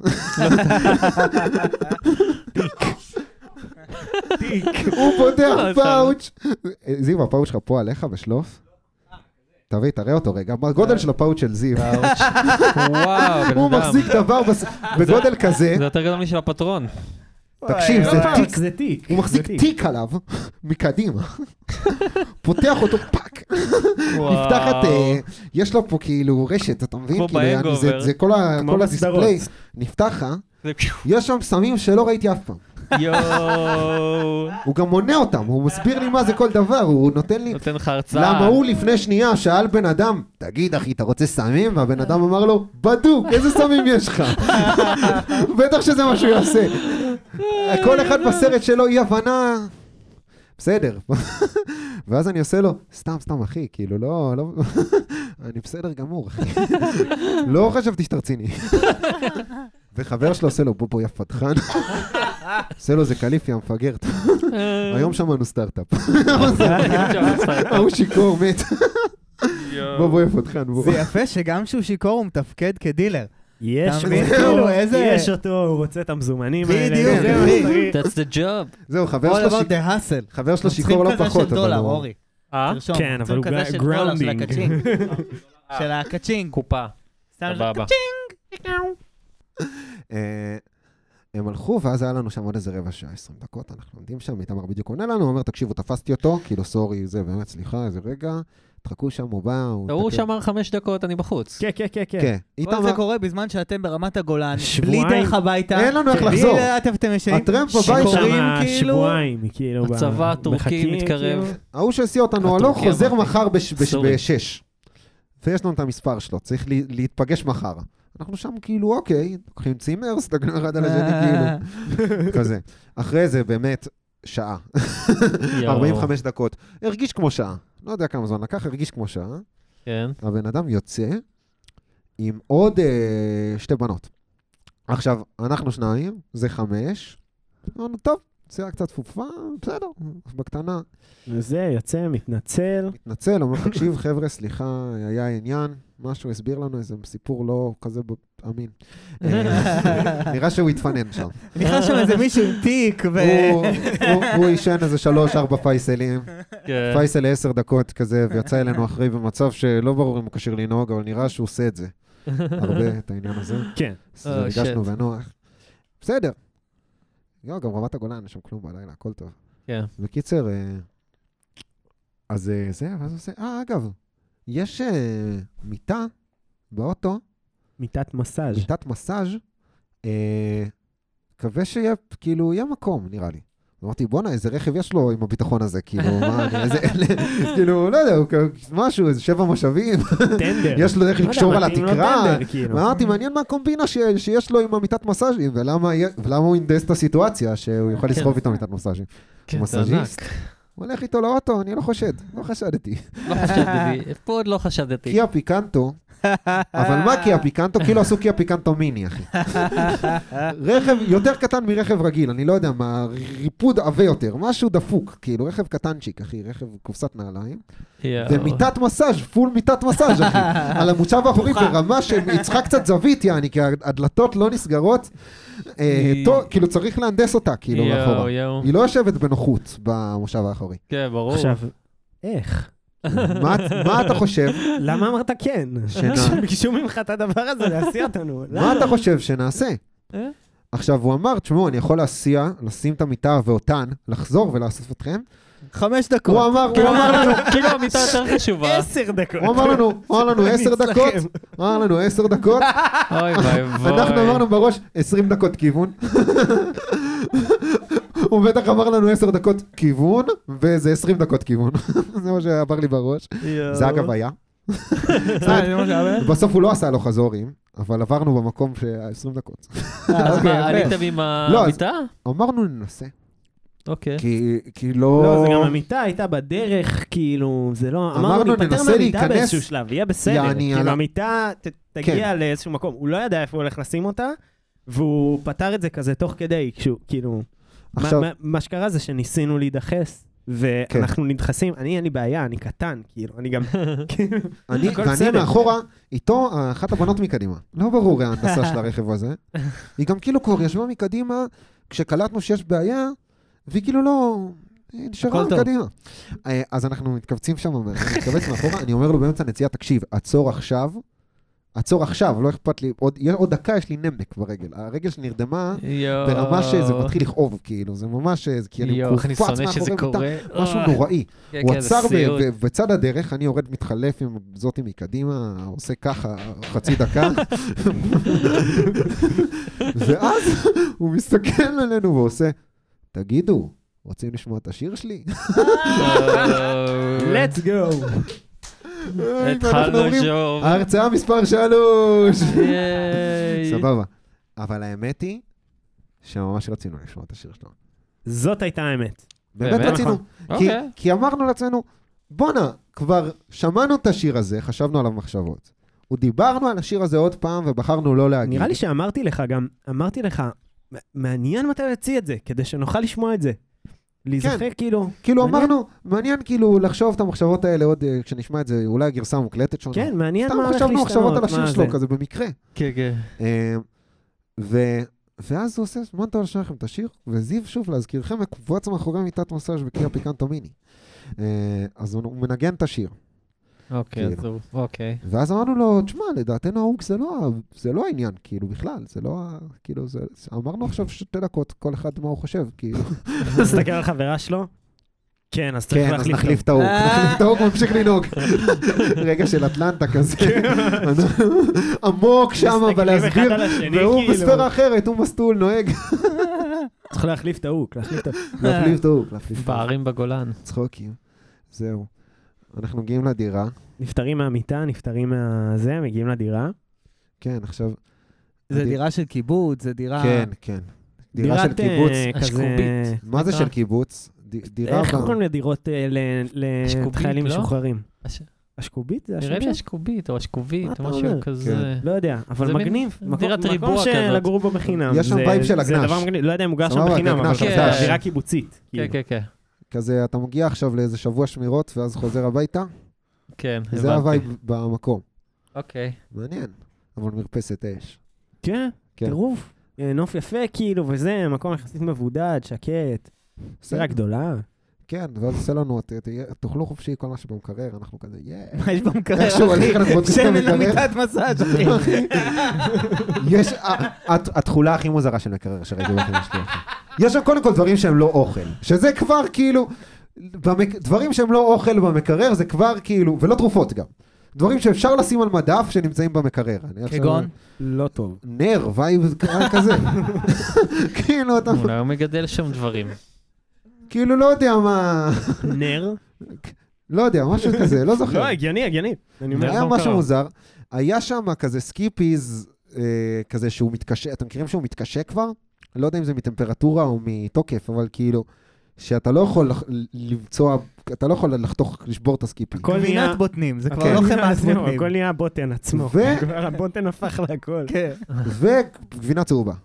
הוא פותח פאוץ'. זיו, הפאוץ' שלך פה עליך בשלוף? תראה אותו רגע, בגודל של הפאוץ' של זיו. וואו, הוא מחזיק דבר בגודל כזה. זה יותר גדול משל הפטרון. תקשיב, זה תיק. הוא מחזיק תיק עליו, מקדימה. פותח אותו פאק. נפתח את... יש לו פה כאילו רשת, אתה מבין? זה כל הדיספליי. נפתח, יש שם סמים שלא ראיתי אף פעם. הוא גם מונה אותם, הוא מסביר לי מה זה כל דבר, הוא נותן לי... נותן לך הרצאה. למה הוא לפני שנייה שאל בן אדם, תגיד אחי, אתה רוצה סמים? והבן אדם אמר לו, בדוק, איזה סמים יש לך? בטח שזה מה שהוא יעשה. כל אחד בסרט שלו אי הבנה... בסדר. ואז אני עושה לו, סתם אחי, כאילו לא... אני בסדר גמור, אחי. לא חשבתי שאתה רציני. וחבר שלו עושה לו, בוא יא פתחן. עושה לו, זה קליפי המפגר. היום שמענו סטארט-אפ. הוא שיקור מת. בוא יא פתחן. זה יפה שגם שהוא שיקור הוא מתפקד כדילר. יש אותו, הוא רוצה את המזומנים האלה. בדיוק. That's the job. זהו, חבר שלו שיקור לא פחות. $10 אורי. כן, אבל הוא גראונדינג. של הקצ'ינג. קופה. סבבה. הם הלכו, ואז היה לנו שם עוד איזה רבע שעה, 20 דקות, אנחנו עומדים שם, איתמר בדיוק עונה לנו, הוא אומר, תקשיבו, תפסתי אותו, כאילו, סורי, זה באמת, סליחה, איזה רגע, תחכו שם, הוא בא, הוא שמר 5 דקות, אני בחוץ. כן, כן, כן, כן. כן. כל זה קורה בזמן שאתם ברמת הגולן, בלי דרך הביתה. אין לנו איך לחזור. אתם משנים. הטרמפ בבית שם שבועיים, כאילו. הצבא הטורקי מתקרב. ההוא שהסיע אותנו, הלוך, חוזר מחר ב-6. ויש לנו את המספר שלו, צריך להתפגש מחר. אנחנו שם כאילו, אוקיי, לוקחים צימר, סתגנו אחד על השני, כאילו, כזה. אחרי זה באמת שעה, 45 דקות. הרגיש כמו שעה, לא יודע כמה זמן לקח, הרגיש כמו שעה. כן. הבן אדם יוצא עם עוד 2 בנות. עכשיו, אנחנו 2, זה 5. אמרנו, טוב, זה היה קצת פופה, בסדר, בקטנה. וזה, יוצא, מתנצל, אומר, תקשיב, חבר'ה, סליחה, היה עניין, משהו הסביר לנו, איזה סיפור לא כזה אמין. נראה שהוא התפנן שם. נראה שם איזה מישהו עם תיק, הוא ישן איזה 3-4 פייסלים, פייסל 10 דקות כזה, ויצא אלינו אחרי במצב שלא ברור אם הוא קשיר לנהוג, אבל נראה שהוא עושה את זה. הרבה, את העניין הזה. כן. הרגשנו בנוח. בסדר. גם רמת הגולן, אין שם כלום בלילה, הכל טוב. כן. בקיצר, אז זה, ואז עושה, אגב, יש מיטה באוטו. מיטת מסאז'. מיטת מסאז', מקווה שיהיה, כאילו, יהיה מקום, נראה לי. אמרתי, בונה, איזה רכב יש לו עם הביטחון הזה, כאילו, מה, איזה, כאילו, לא יודע, משהו, איזה 7 מושבים. טנדר. יש לו איך לקשור על התקרה. אמרתי, מעניין מה הקומבינה שיש לו עם המיטת מסאז'ים, ולמה הוא אינדס את הסיטואציה, שהוא יוכל לסחוב איתו מיטת מסאז'ים. הוא מסאז'יסט. הוא הולך איתו לאוטו, אני לא חשדתי. פה עוד לא חשדתי. קיה פיקנטו, אבל מה קיה פיקנטו? כאילו עשו קיה פיקנטו מיני, אחי. רכב יותר קטן מרכב רגיל, אני לא יודע מה, ריפוד עווה יותר, משהו דפוק, כאילו רכב קטנצ'יק, אחי, רכב קופסת נעליים, ומיטת מסאז', פול מיטת מסאז', אחי, על המושב האחורי ברמה שיצחה קצת זווית, יעני, כי הדלתות לא נסגרות, כאילו צריך להנדס אותה, כאילו, מאחורה. היא לא יושבת בנוחות במושב האחורי. כן, ברור. עכשיו, איך? מה אתה חושב? למה אמרת כן? שביקשו ממך את הדבר הזה להסיע אותנו. מה אתה חושב שנעשה? עכשיו, הוא אמר, תשמעו, אני יכול להסיע, לשים את המיטה ואותן, לחזור ולאסוף אתכם. 5 דקות. הוא אמר לנו, כאילו המיטה יותר חשובה. 10 דקות. הוא אמר לנו 10 דקות. אמר לנו 10 דקות. אוי ביי ביי. אנחנו אמרנו בראש 20 דקות כיוון. הוא בטח אמר לנו 10 דקות כיוון, וזה 20 דקות כיוון. זה מה שעבר לי בראש. זה אגב היה. בסוף הוא לא עשה לו חזורים, אבל עברנו במקום שהיה 20 דקות. אז מה, עליתם עם המיטה? אמרנו ננסה. אוקיי. כי לא... לא, זה גם המיטה הייתה בדרך, כאילו, זה לא... אמרנו ננסה להיכנס... באיזשהו שלב, יהיה בסדר. כאילו, המיטה תגיע לאיזשהו מקום. הוא לא ידע איפה הוא הולך לשים אותה, והוא פתר את זה כזה תוך כדי, כאילו... מה שקרה זה שניסינו להידחס, ואנחנו נדחסים, אין לי בעיה, אני קטן, כאילו, אני גם... ואני מאחורה, איתו, אחת הבנות מקדימה. לא ברור ההנדסה של הרכב הזה. היא גם כאילו כבר ישבה מקדימה, כשקלטנו שיש בעיה, והיא כאילו לא... היא נשארה מקדימה. אז אנחנו מתכווצים שם, מתכווץ מאחורה, אני אומר לו באמצע נציאה, תקשיב, עצור עכשיו, לא אכפת לי, עוד דקה יש לי נמק ברגל. הרגל שנרדמה, ברמה שזה מתחיל לכאוב, כאילו, זה ממש, כי אני קופץ מאחורי משהו נוראי. הוא עצר בצד הדרך, אני יורד מתחלף עם זאתי מקדימה, עושה ככה, חצי דקה, ואז הוא מסתכל עלינו ועושה, תגידו, רוצים לשמוע את השיר שלי? Let's go! התחלנו שוב. ההרצאה מספר 3. סבבה. אבל האמת היא שממש רצינו לשמוע את השיר שלנו. זאת הייתה האמת. באמת רצינו. כי אמרנו לעצמנו, בונה, כבר שמענו את השיר הזה, חשבנו עליו מחשבות. ודיברנו על השיר הזה עוד פעם ובחרנו לא להגיד. נראה לי שאמרתי לך, מעניין מתי להציע את זה, כדי שנוכל לשמוע את זה. להיזכר כאילו... כאילו אמרנו, מעניין כאילו לחשוב את המחשבות האלה עוד כשנשמע את זה, אולי הגרסה מוקלטת שונה. כן, מעניין מה הולך להשתנות. סתם חשבנו מחשבות על השיר שלו, כזה במקרה. כן, כן. ואז הוא עושה, מה אתה לשמוע לכם את השיר? וזיו שוב להזכירכם, מקובץ מאחורי מיטת מסאז' בקיה פיקנטו מיני. אז הוא מנגן את השיר. אוקיי, אז הוא, אוקיי. ואז אמרנו לו, תשמע, לדעתנו ההוג זה לא העניין, כאילו, בכלל, זה לא, כאילו, אמרנו עכשיו 2 דקות, כל אחד מה הוא חושב, כאילו. תסתכל על חברה שלו? כן, אז צריך כן, אז להחליף את ההוג, נחליף את ההוג, ממשיך לנהוג. רגע של אטלנטה כזה. עמוק שם, אבל להסביר, והוא בספירה אחרת, הוא מסטול, נוהג. צריך להחליף את ההוג, להחליף את ההוג. פערים בגולן. צחוקים. זהו. אנחנו מגיעים לדירה. נפטרים מהמיטה, נפטרים מהזה, מגיעים לדירה. כן, עכשיו... זה דירה של קיבוץ, זה דירה... כן, כן. דירה של קיבוץ. אשקובית. מה זה של קיבוץ? דירה... איך קוראים לדירות לחיילים משוחררים? אשקובית? זה השם? נראה לי אשקובית או אשקובית, או משהו כזה. לא יודע, אבל מגניב. דירת ריבוע כזאת. מקום שלגרו בו בחינם. יש שם וייב של הגנש. לא יודע אם הוא גר שם בחינם, אבל זה דירה קיבוצית. כן, כן, כן. כזה, אתה מגיע עכשיו לאיזה שבוע שמירות, ואז חוזר הביתה. כן, הבנתי. זה הווייב במקום. אוקיי. מעניין. אבל מרפסת אש. כן, טירוף. נוף יפה כאילו, וזה, מקום יחסית מבודד, שקט. סירה גדולה. כן, ואז עושה לנו, תאכלו חופשי כל מה שבמקרר, אנחנו כזה, מה יש במקרר? איכשהו הולך, אנחנו רוצים את שמן המקרר. למיטת מסאז', אחי. יש, התכולה הכי מוזרה של מקרר שראיתי בחיים שלי. יש שם קודם כל דברים שהם לא אוכל, שזה כבר כאילו, דברים שהם לא אוכל במקרר, זה כבר כאילו, ולא תרופות גם. דברים שאפשר לשים על מדף שנמצאים במקרר. כגון? לא טוב. נר, וייב כזה. כאילו אתה... אולי הוא מגדל שם דברים. כאילו לא יודע מה... נר? לא יודע, משהו כזה, לא זוכר. לא, הגיוני. היה משהו מוזר. היה שם כזה סקיפיז, כזה שהוא מתקשה, אתם מכירים שהוא מתקשה כבר? לא יודע אם זה מטמפרטורה או מתוקף, אבל כאילו, שאתה לא יכול למצוא, אתה לא יכול לשבור את הסקיפי. גבינת בוטנים, זה כבר לא חמאת בוטנים. הכל נהיה הבוטן עצמו. הבוטן הפך להכל. וגבינה צהובה.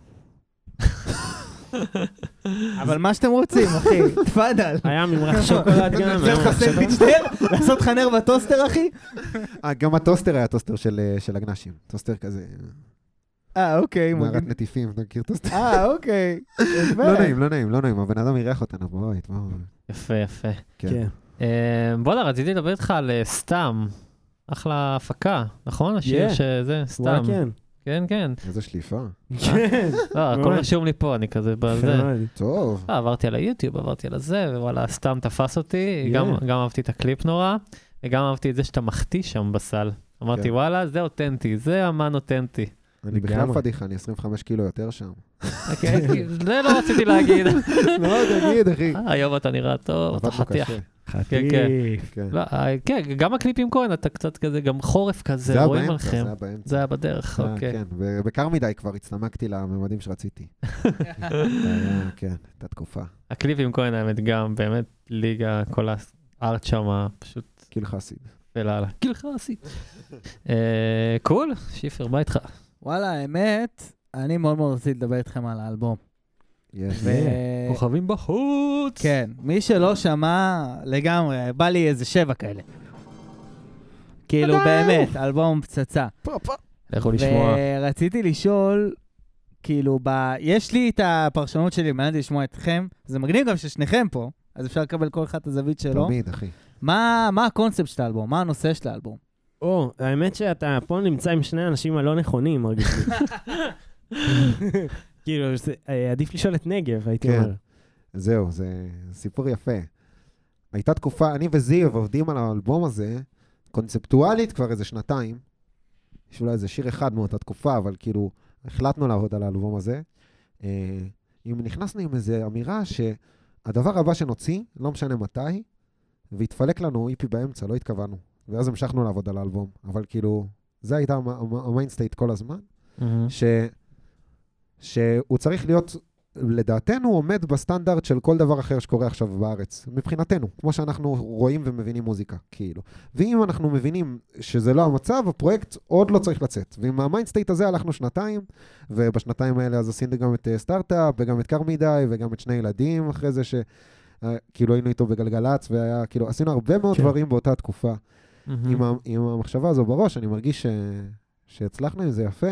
אבל מה שאתם רוצים, אחי, תפאדל. היה ממרח שוקולד גם. זה חסר פיצ'טר? לעשות לך נר בטוסטר, אחי? גם הטוסטר היה טוסטר של הגנשים. טוסטר כזה. אוקיי. מערת נטיפים, אתה מכיר טוסטר? אוקיי. לא נעים. הבן אדם אירח אותנו בבית. יפה. כן. בוא'לה, רציתי לדבר איתך על סתם. אחלה הפקה, נכון? השיר שזה, סתם. כן. איזה שליפה. כן. הכל רשום לי פה, אני כזה בזה. טוב. עברתי על היוטיוב, עברתי על זה, ווואלה, סתם תפס אותי. גם אהבתי את הקליפ נורא, וגם אהבתי את זה שאתה מחטיא שם בסל. אמרתי, וואלה, זה אותנטי, זה אמן אותנטי. אני בכלל פדיחה, אני 25 קילו יותר שם. זה לא רציתי להגיד. לא, תגיד, אחי. היום אתה נראה טוב, אתה חתיך. חתיך. כן, גם הקליפים כהן, אתה קצת כזה, גם חורף כזה, רואים עליכם. זה היה בדרך, אוקיי. כן, ובקר מדי כבר הצטמקתי לממדים שרציתי. כן, הייתה תקופה. הקליפים כהן, האמת, גם באמת ליגה, כל הארט שם, פשוט... קיל חסיד. ולהלה. קיל חסיד. קול, שיפר, בא איתך. וואלה, האמת, אני מאוד מאוד רציתי לדבר איתכם על האלבום. כוכבים בחוץ. כן, מי שלא שמע לגמרי, בא לי איזה 7 כאלה. כאילו באמת, אלבום פצצה. לכו לשמוע. ורציתי לשאול, כאילו, יש לי את הפרשנות שלי, מעניין לשמוע אתכם, זה מגניב גם ששניכם פה, אז אפשר לקבל כל אחד את הזווית שלו. תמיד, אחי. מה הקונספט של האלבום? מה הנושא של האלבום? האמת שאתה פה נמצא עם שני אנשים הלא נכונים, מרגיש לי. כאילו, עדיף לשאול את נגב, הייתי אומר. זהו, זה סיפור יפה. הייתה תקופה, אני וזיו עובדים על האלבום הזה, קונספטואלית כבר איזה 2 יש אולי איזה שיר אחד מאותה תקופה, אבל כאילו, החלטנו לעבוד על האלבום הזה. אם נכנסנו עם איזו אמירה שהדבר הבא שנוציא, לא משנה מתי, והתפלק לנו איפי באמצע, לא התכוונו. ואז המשכנו לעבוד על האלבום. אבל כאילו, זה הייתה המיינסטייט כל הזמן, שהוא צריך להיות, לדעתנו, עומד בסטנדרט של כל דבר אחר שקורה עכשיו בארץ, מבחינתנו, כמו שאנחנו רואים ומבינים מוזיקה, כאילו. ואם אנחנו מבינים שזה לא המצב, הפרויקט עוד לא צריך לצאת. ועם המיינסטייט הזה הלכנו 2, ובשנתיים האלה אז עשינו גם את סטארט-אפ, וגם את קר מדי, וגם את 2 ילדים אחרי זה, שכאילו היינו איתו בגלגלץ, והיה, כאילו, עשינו הרבה מאוד דברים באותה תקופה. עם המחשבה הזו בראש, אני מרגיש שהצלחנו עם זה יפה,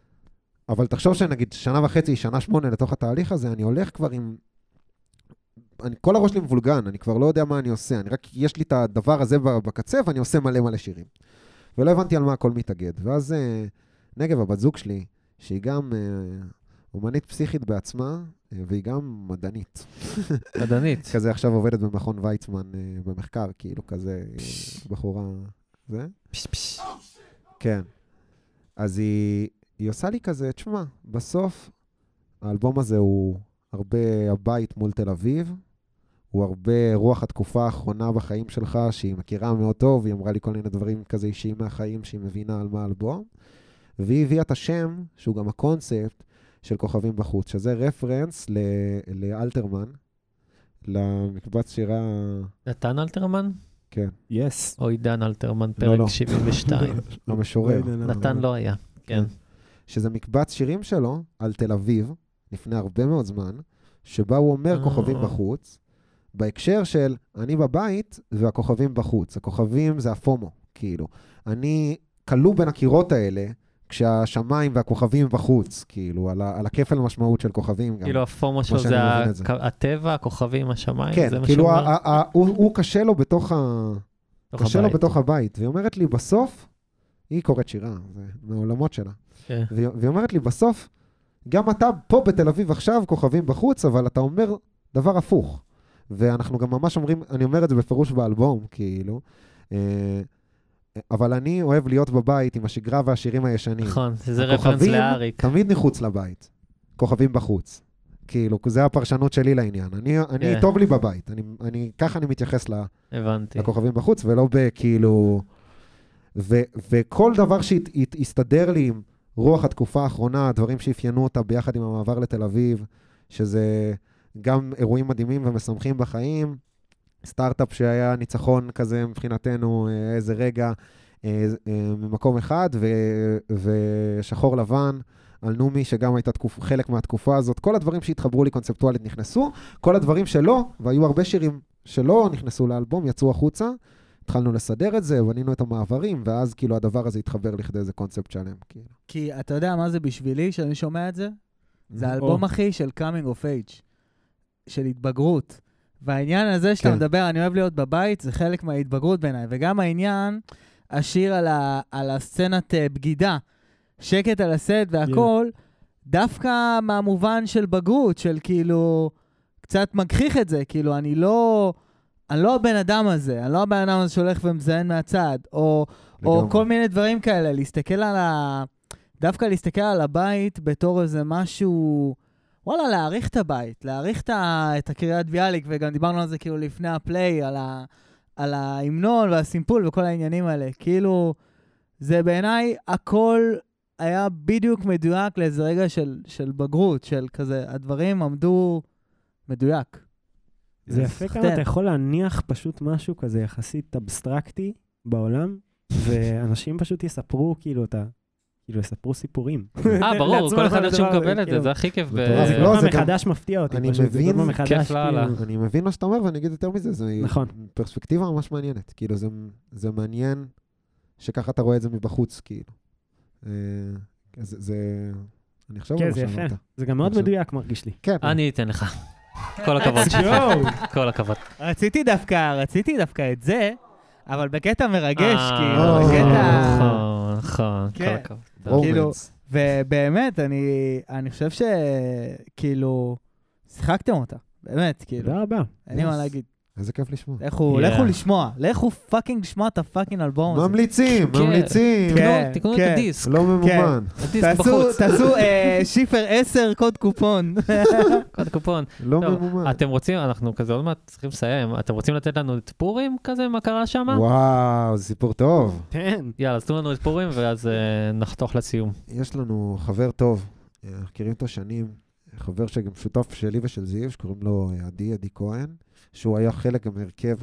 אבל תחשוב שנגיד 1.5 שנה, 8 לתוך התהליך הזה, אני הולך כבר עם כל הראש שלי מבולגן, אני כבר לא יודע מה אני עושה, יש לי את הדבר הזה בקצה, ואני עושה מלא שירים. ולא הבנתי על מה הכל מתאגד. ואז נגב, הבת זוג שלי, שהיא גם אומנית פסיכית בעצמה, והיא גם מדענית. מדענית. כזה עכשיו עובדת במכון ויצמן במחקר, כאילו כזה בחורה, זה? כן. אז היא עושה לי כזה, תשמע, בסוף האלבום הזה הוא הרבה הבית מול תל אביב, הוא הרבה רוח התקופה האחרונה בחיים שלך, שהיא מכירה מאוד טוב, היא אמרה לי כל מיני דברים כזה אישיים מהחיים, שהיא מבינה על מה האלבום, והיא הביאה את השם, שהוא גם הקונספט, של כוכבים בחוץ, שזה רפרנס לאלתרמן, למקבץ שירה... נתן אלתרמן? כן. יס. או עידן אלתרמן, פרק 72. המשורר. נתן לא היה, כן. שזה מקבץ שירים שלו על תל אביב, לפני הרבה מאוד זמן, שבה הוא אומר כוכבים בחוץ, בהקשר של אני בבית והכוכבים בחוץ. הכוכבים זה הפומו, כאילו. אני כלוא בין הקירות האלה, כשהשמיים והכוכבים בחוץ, כאילו, על הכפל המשמעות של כוכבים. כאילו הפומו שלו זה הטבע, הכוכבים, השמיים, כן, כאילו הוא קשה לו בתוך הבית, והיא אומרת לי בסוף, היא קוראת שירה, זה מהעולמות שלה, והיא אומרת לי בסוף, גם אתה פה בתל אביב עכשיו, כוכבים בחוץ, אבל אתה אומר דבר הפוך, ואנחנו גם ממש אומרים, אני אומר את זה בפירוש באלבום, כאילו, אבל אני אוהב להיות בבית עם השגרה והשירים הישנים. נכון, זה רפרנס לאריק. תמיד נחוץ לבית. כוכבים בחוץ. כאילו, זה הפרשנות שלי לעניין. אני טוב לי בבית. ככה אני מתייחס לכוכבים בחוץ, ולא בכאילו... וכל דבר שהסתדר לי עם רוח התקופה האחרונה, הדברים שאפיינו אותה ביחד עם המעבר לתל אביב, שזה גם אירועים מדהימים ומשמחים בחיים, סטארט-אפ שהיה ניצחון כזה מבחינתנו, איזה רגע, ממקום אחד, ושחור לבן, על נומי, שגם הייתה חלק מהתקופה הזאת, כל הדברים שהתחברו לי קונספטואלית נכנסו, כל הדברים שלא, והיו הרבה שירים שלא נכנסו לאלבום, יצאו החוצה, התחלנו לסדר את זה, בנינו את המעברים, ואז כאילו הדבר הזה התחבר לכדי איזה קונספט שלם. כאילו. כי אתה יודע מה זה בשבילי, שאני שומע את זה? זה האלבום הכי של coming of age, של התבגרות. והעניין הזה שאתה מדבר, אני אוהב להיות בבית, זה חלק מההתבגרות בעיניי. וגם העניין, השיר על הסצנת בגידה, שקט על הסט והכל, דווקא מהמובן של בגרות, של כאילו, קצת מגחיך את זה, כאילו, אני לא הבן אדם הזה, אני לא הבן אדם הזה שהולך ומזיין מהצד, או כל מיני דברים כאלה, דווקא להסתכל על הבית בתור איזה משהו... וואלה, להעריך את הבית, להעריך את הקריאת ביאליק, וגם דיברנו על זה כאילו לפני הפליי, על ההמנון והסימפול וכל העניינים האלה. כאילו, זה בעיניי, הכל היה בדיוק מדויק לאיזה רגע של בגרות, של כזה, הדברים עמדו מדויק. זה יפה כמה אתה יכול להניח פשוט משהו כזה יחסית אבסטרקטי בעולם, ואנשים פשוט יספרו כאילו יספרו סיפורים. ברור, כל אחד שהוא מקבל את זה, זה הכי כיף. זה כל פעם מחדש מפתיע אותי. אני מבין מה שאתה אומר, ואני אגיד יותר מזה, זו פרספקטיבה ממש מעניינת. כאילו, זה מעניין שככה אתה רואה את זה מבחוץ, כאילו. אני חושב כן, זה יפה. זה גם מאוד מדויק, מרגיש לי. אני אתן לך. כל הכבוד. כל הכבוד. רציתי דווקא את זה, אבל בקטע מרגש, כאילו, בקטע... נכון, כל הכבוד. כאילו, ובאמת, אני חושב שכאילו, שיחקתם אותה, באמת, כאילו. תודה רבה. אין לי מה להגיד. איזה כיף לשמוע. לכו לשמוע, לכו פאקינג לשמוע את הפאקינג אלבום הזה. ממליצים. תקנו את הדיסק. לא ממומן. הדיסק בחוץ. תעשו שיפר 10 קוד קופון. קוד קופון. לא ממומן. אתם רוצים, אנחנו כזה עוד מעט צריכים לסיים, אתם רוצים לתת לנו את פורים כזה, מה קרה שם? וואו, זה סיפור טוב. כן. יאללה, אז תנו לנו את פורים ואז נחתוך לסיום. יש לנו חבר טוב, מכירים אותו שנים, חבר שגם שותף שלי ושל זיו, שקוראים לו עדי כהן, שהוא היה חלק גם הרכב,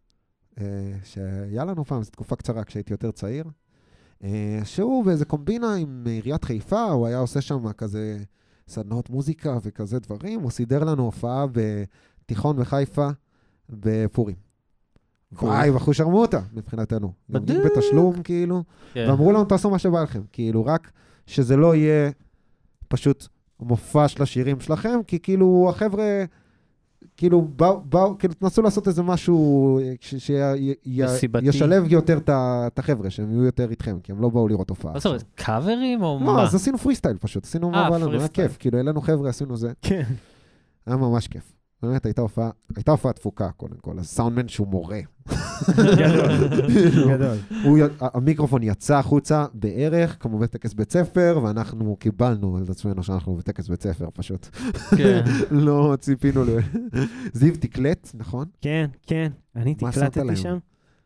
שהיה לנו פעם, זו תקופה קצרה כשהייתי יותר צעיר, שהוא באיזה קומבינה עם עיריית חיפה, הוא היה עושה שם כזה סדנאות מוזיקה וכזה דברים, הוא סידר לנו הופעה בתיכון בחיפה בפורים. וואי, בחו שרמו אותה מבחינתנו. נוגעים בתשלום כאילו, ואמרו לנו תעשו מה שבא לכם, כאילו רק שזה לא יהיה פשוט מופע של השירים שלכם, כי כאילו החבר'ה כאילו, באו, כאילו, תנסו לעשות איזה משהו שישלב יותר את החבר'ה, שהם יהיו יותר איתכם, כי הם לא באו לראות הופעה. מה זאת אומרת, קאברים או מה? לא, אז עשינו פרי סטייל פשוט, עשינו מה בא לנו, היה כיף, כאילו, אלינו חבר'ה, עשינו זה. כן. היה ממש כיף. באמת, הייתה הופעה תפוקה, קודם כל. הסאונדמן שהוא מורה. גדול. המיקרופון יצא החוצה בערך, כמו בטקס בית ספר, ואנחנו קיבלנו על עצמנו שאנחנו בטקס בית ספר, פשוט. לא ציפינו זיו תקלט, נכון? כן, כן. אני תקלטתי שם.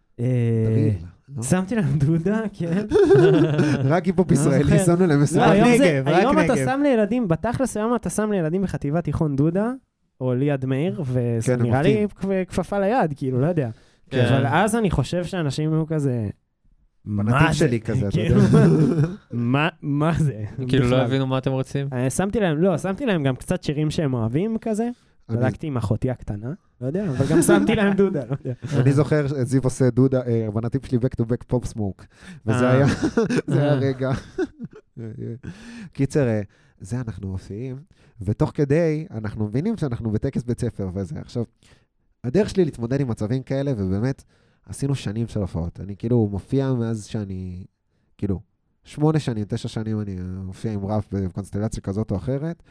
שמתי להם דודה, כן. רק היפופ ישראלי, שמנו להם רק נגב. היום אתה שם לילדים, בתכלס היום אתה שם לילדים בחטיבת תיכון דודה, או ליד מאיר, וזה נראה לי כפפה ליד, כאילו, לא יודע. אבל אז אני חושב שאנשים היו כזה... בנתיב שלי כזה, אתה יודע. מה זה? כאילו לא הבינו מה אתם רוצים? שמתי להם גם קצת שירים שהם אוהבים כזה. בדקתי עם אחותי הקטנה, לא יודע, אבל גם שמתי להם דודה, לא יודע. אני זוכר שזיו עושה דודה, בנתיב שלי back to back pop smoke, וזה היה רגע. קיצר, זה אנחנו מופיעים, ותוך כדי אנחנו מבינים שאנחנו בטקס בית ספר וזה. עכשיו, הדרך שלי להתמודד עם מצבים כאלה, ובאמת עשינו שנים של הופעות. אני כאילו מופיע מאז שאני, כאילו, 8 שנים, 9 שנים אני מופיע עם רב בקונסטלציה כזאת או אחרת,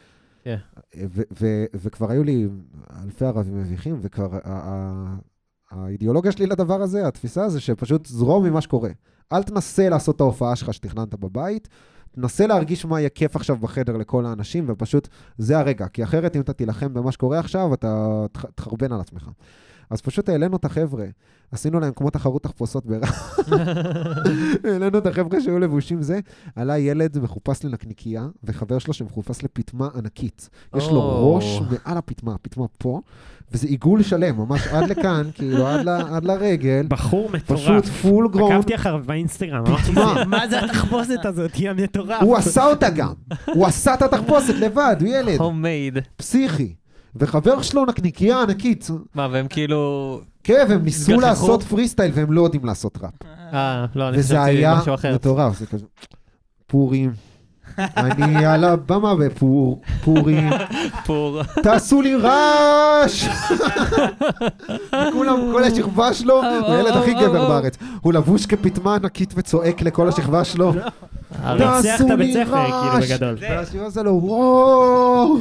וכבר היו לי אלפי ערבים מביכים, וכבר האידיאולוגיה שלי לדבר הזה, התפיסה זה שפשוט זרום ממה שקורה. אל תנסה לעשות את ההופעה שלך שתכננת בבית, תנסה להרגיש מה יהיה כיף עכשיו בחדר לכל האנשים, ופשוט זה הרגע, כי אחרת אם אתה תילחם במה שקורה עכשיו, אתה תחרבן על עצמך. אז פשוט העלינו את החבר'ה, עשינו להם כמו תחרות תחפושות העלינו את החבר'ה שהיו לבושים זה, עלה ילד מחופש לנקניקייה, וחבר שלו שמחופש לפתמה ענקית. יש לו ראש מעל הפתמה, הפתמה פה, וזה עיגול שלם, ממש עד לכאן, כאילו עד לרגל. בחור מטורף. פשוט פול גרון. עקבתי אחריו באינסטגרם, מה זה התחפושת הזאת? היא המטורף. הוא עשה אותה גם. הוא עשה את התחפושת לבד, הוא ילד. homemade. פסיכי. וחבר שלו נקניקייה ענקית. מה, והם כאילו... כן, והם ניסו לעשות פרי סטייל, והם לא יודעים לעשות ראפ. לא, אני חושבתי משהו אחר. וזה היה מטורף, זה כזה... פורים. אני על הבמה בפורים. פור. תעשו לי רעש! כולם, כל השכבה שלו, הוא הילד הכי גבר בארץ. הוא לבוש כפתמה ענקית וצועק לכל השכבה שלו. תעשו לי רעש! והשכבה שלו, וואו!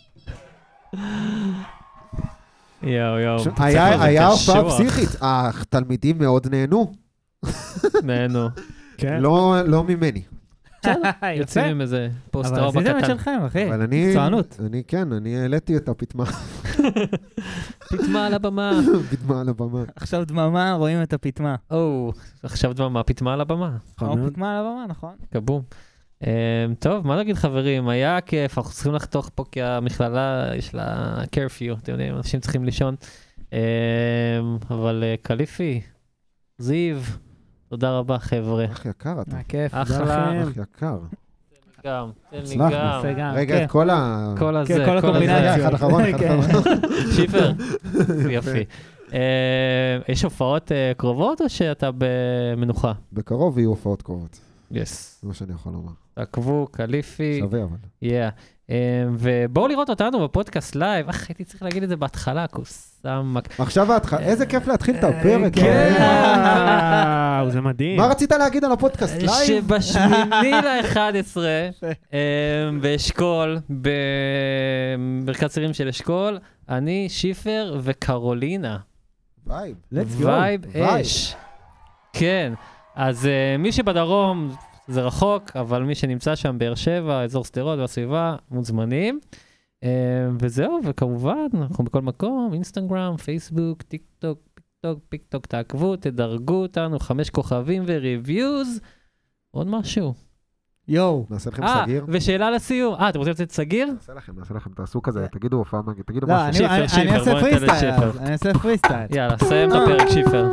יאו. היה הופעה פסיכית, התלמידים מאוד נהנו. נהנו. לא ממני. יוצאים עם איזה פוסט-טראומה אבל זה קטן. באמת שלכם, אחי. אבל אני העליתי את הפתמה. פתמה על הבמה. פתמה על הבמה. עכשיו דממה, רואים את הפתמה. עכשיו דממה, פתמה על הבמה. או פתמה על הבמה, נכון. קבום. טוב, מה נגיד חברים, היה כיף, אנחנו צריכים לחתוך פה כי המכללה יש לה קרפיו, אתם יודעים, אנשים צריכים לישון. אבל קליפי, זיו, תודה רבה חבר'ה. אך יקר אתה. כיף. אחלה. אך יקר. גם, תן לי גם. רגע, את כל כל הקומבינציות. אחד אחרון. שיפר. יפי. יש הופעות קרובות או שאתה במנוחה? בקרוב יהיו הופעות קרובות. יס. זה מה שאני יכול לומר. תעקבו, קליפי. שווה אבל. ובואו לראות אותנו בפודקאסט לייב. הייתי צריך להגיד את זה בהתחלה, כוסמק. עכשיו ההתחלה, איזה כיף להתחיל את הפרק. כן. זה מדהים. מה רצית להגיד על הפודקאסט לייב? שב8/11 באשכול, במרכז צירים של אשכול, אני, שיפר וקרולינה. וייב. וייב אש. כן. אז מי שבדרום זה רחוק, אבל מי שנמצא שם באר שבע, אזור סדרות והסביבה, מוזמנים. וזהו, וכמובן, אנחנו בכל מקום, אינסטגרם, פייסבוק, טיק טוק, תעקבו, תדרגו אותנו, 5 כוכבים וריוויוז. עוד משהו. יואו. נעשה לכם סגיר. ושאלה לסיום. אתם רוצים לצאת סגיר? נעשה לכם, תעשו כזה, תגידו הופעה, תגידו לא, משהו. אני אעשה פרי סטייל. יאללה, סיים את הפרק, שיפר.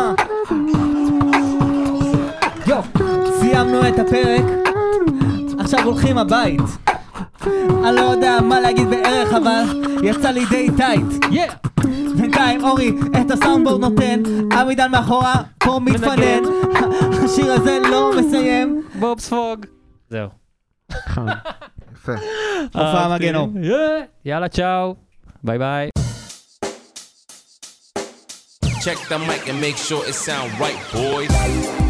יו, סיימנו את הפרק, עכשיו הולכים הבית. אני לא יודע מה להגיד בערך, אבל יצא לי די טייט. בינתיים אורי את הסאונדבורד נותן, עמידן מאחורה פה מתפנן. השיר הזה לא מסיים. בוב ספוג. זהו. יפה. הופעה מגנו. יאללה, צ'או. ביי ביי. Check the mic and make sure it sound right, boys.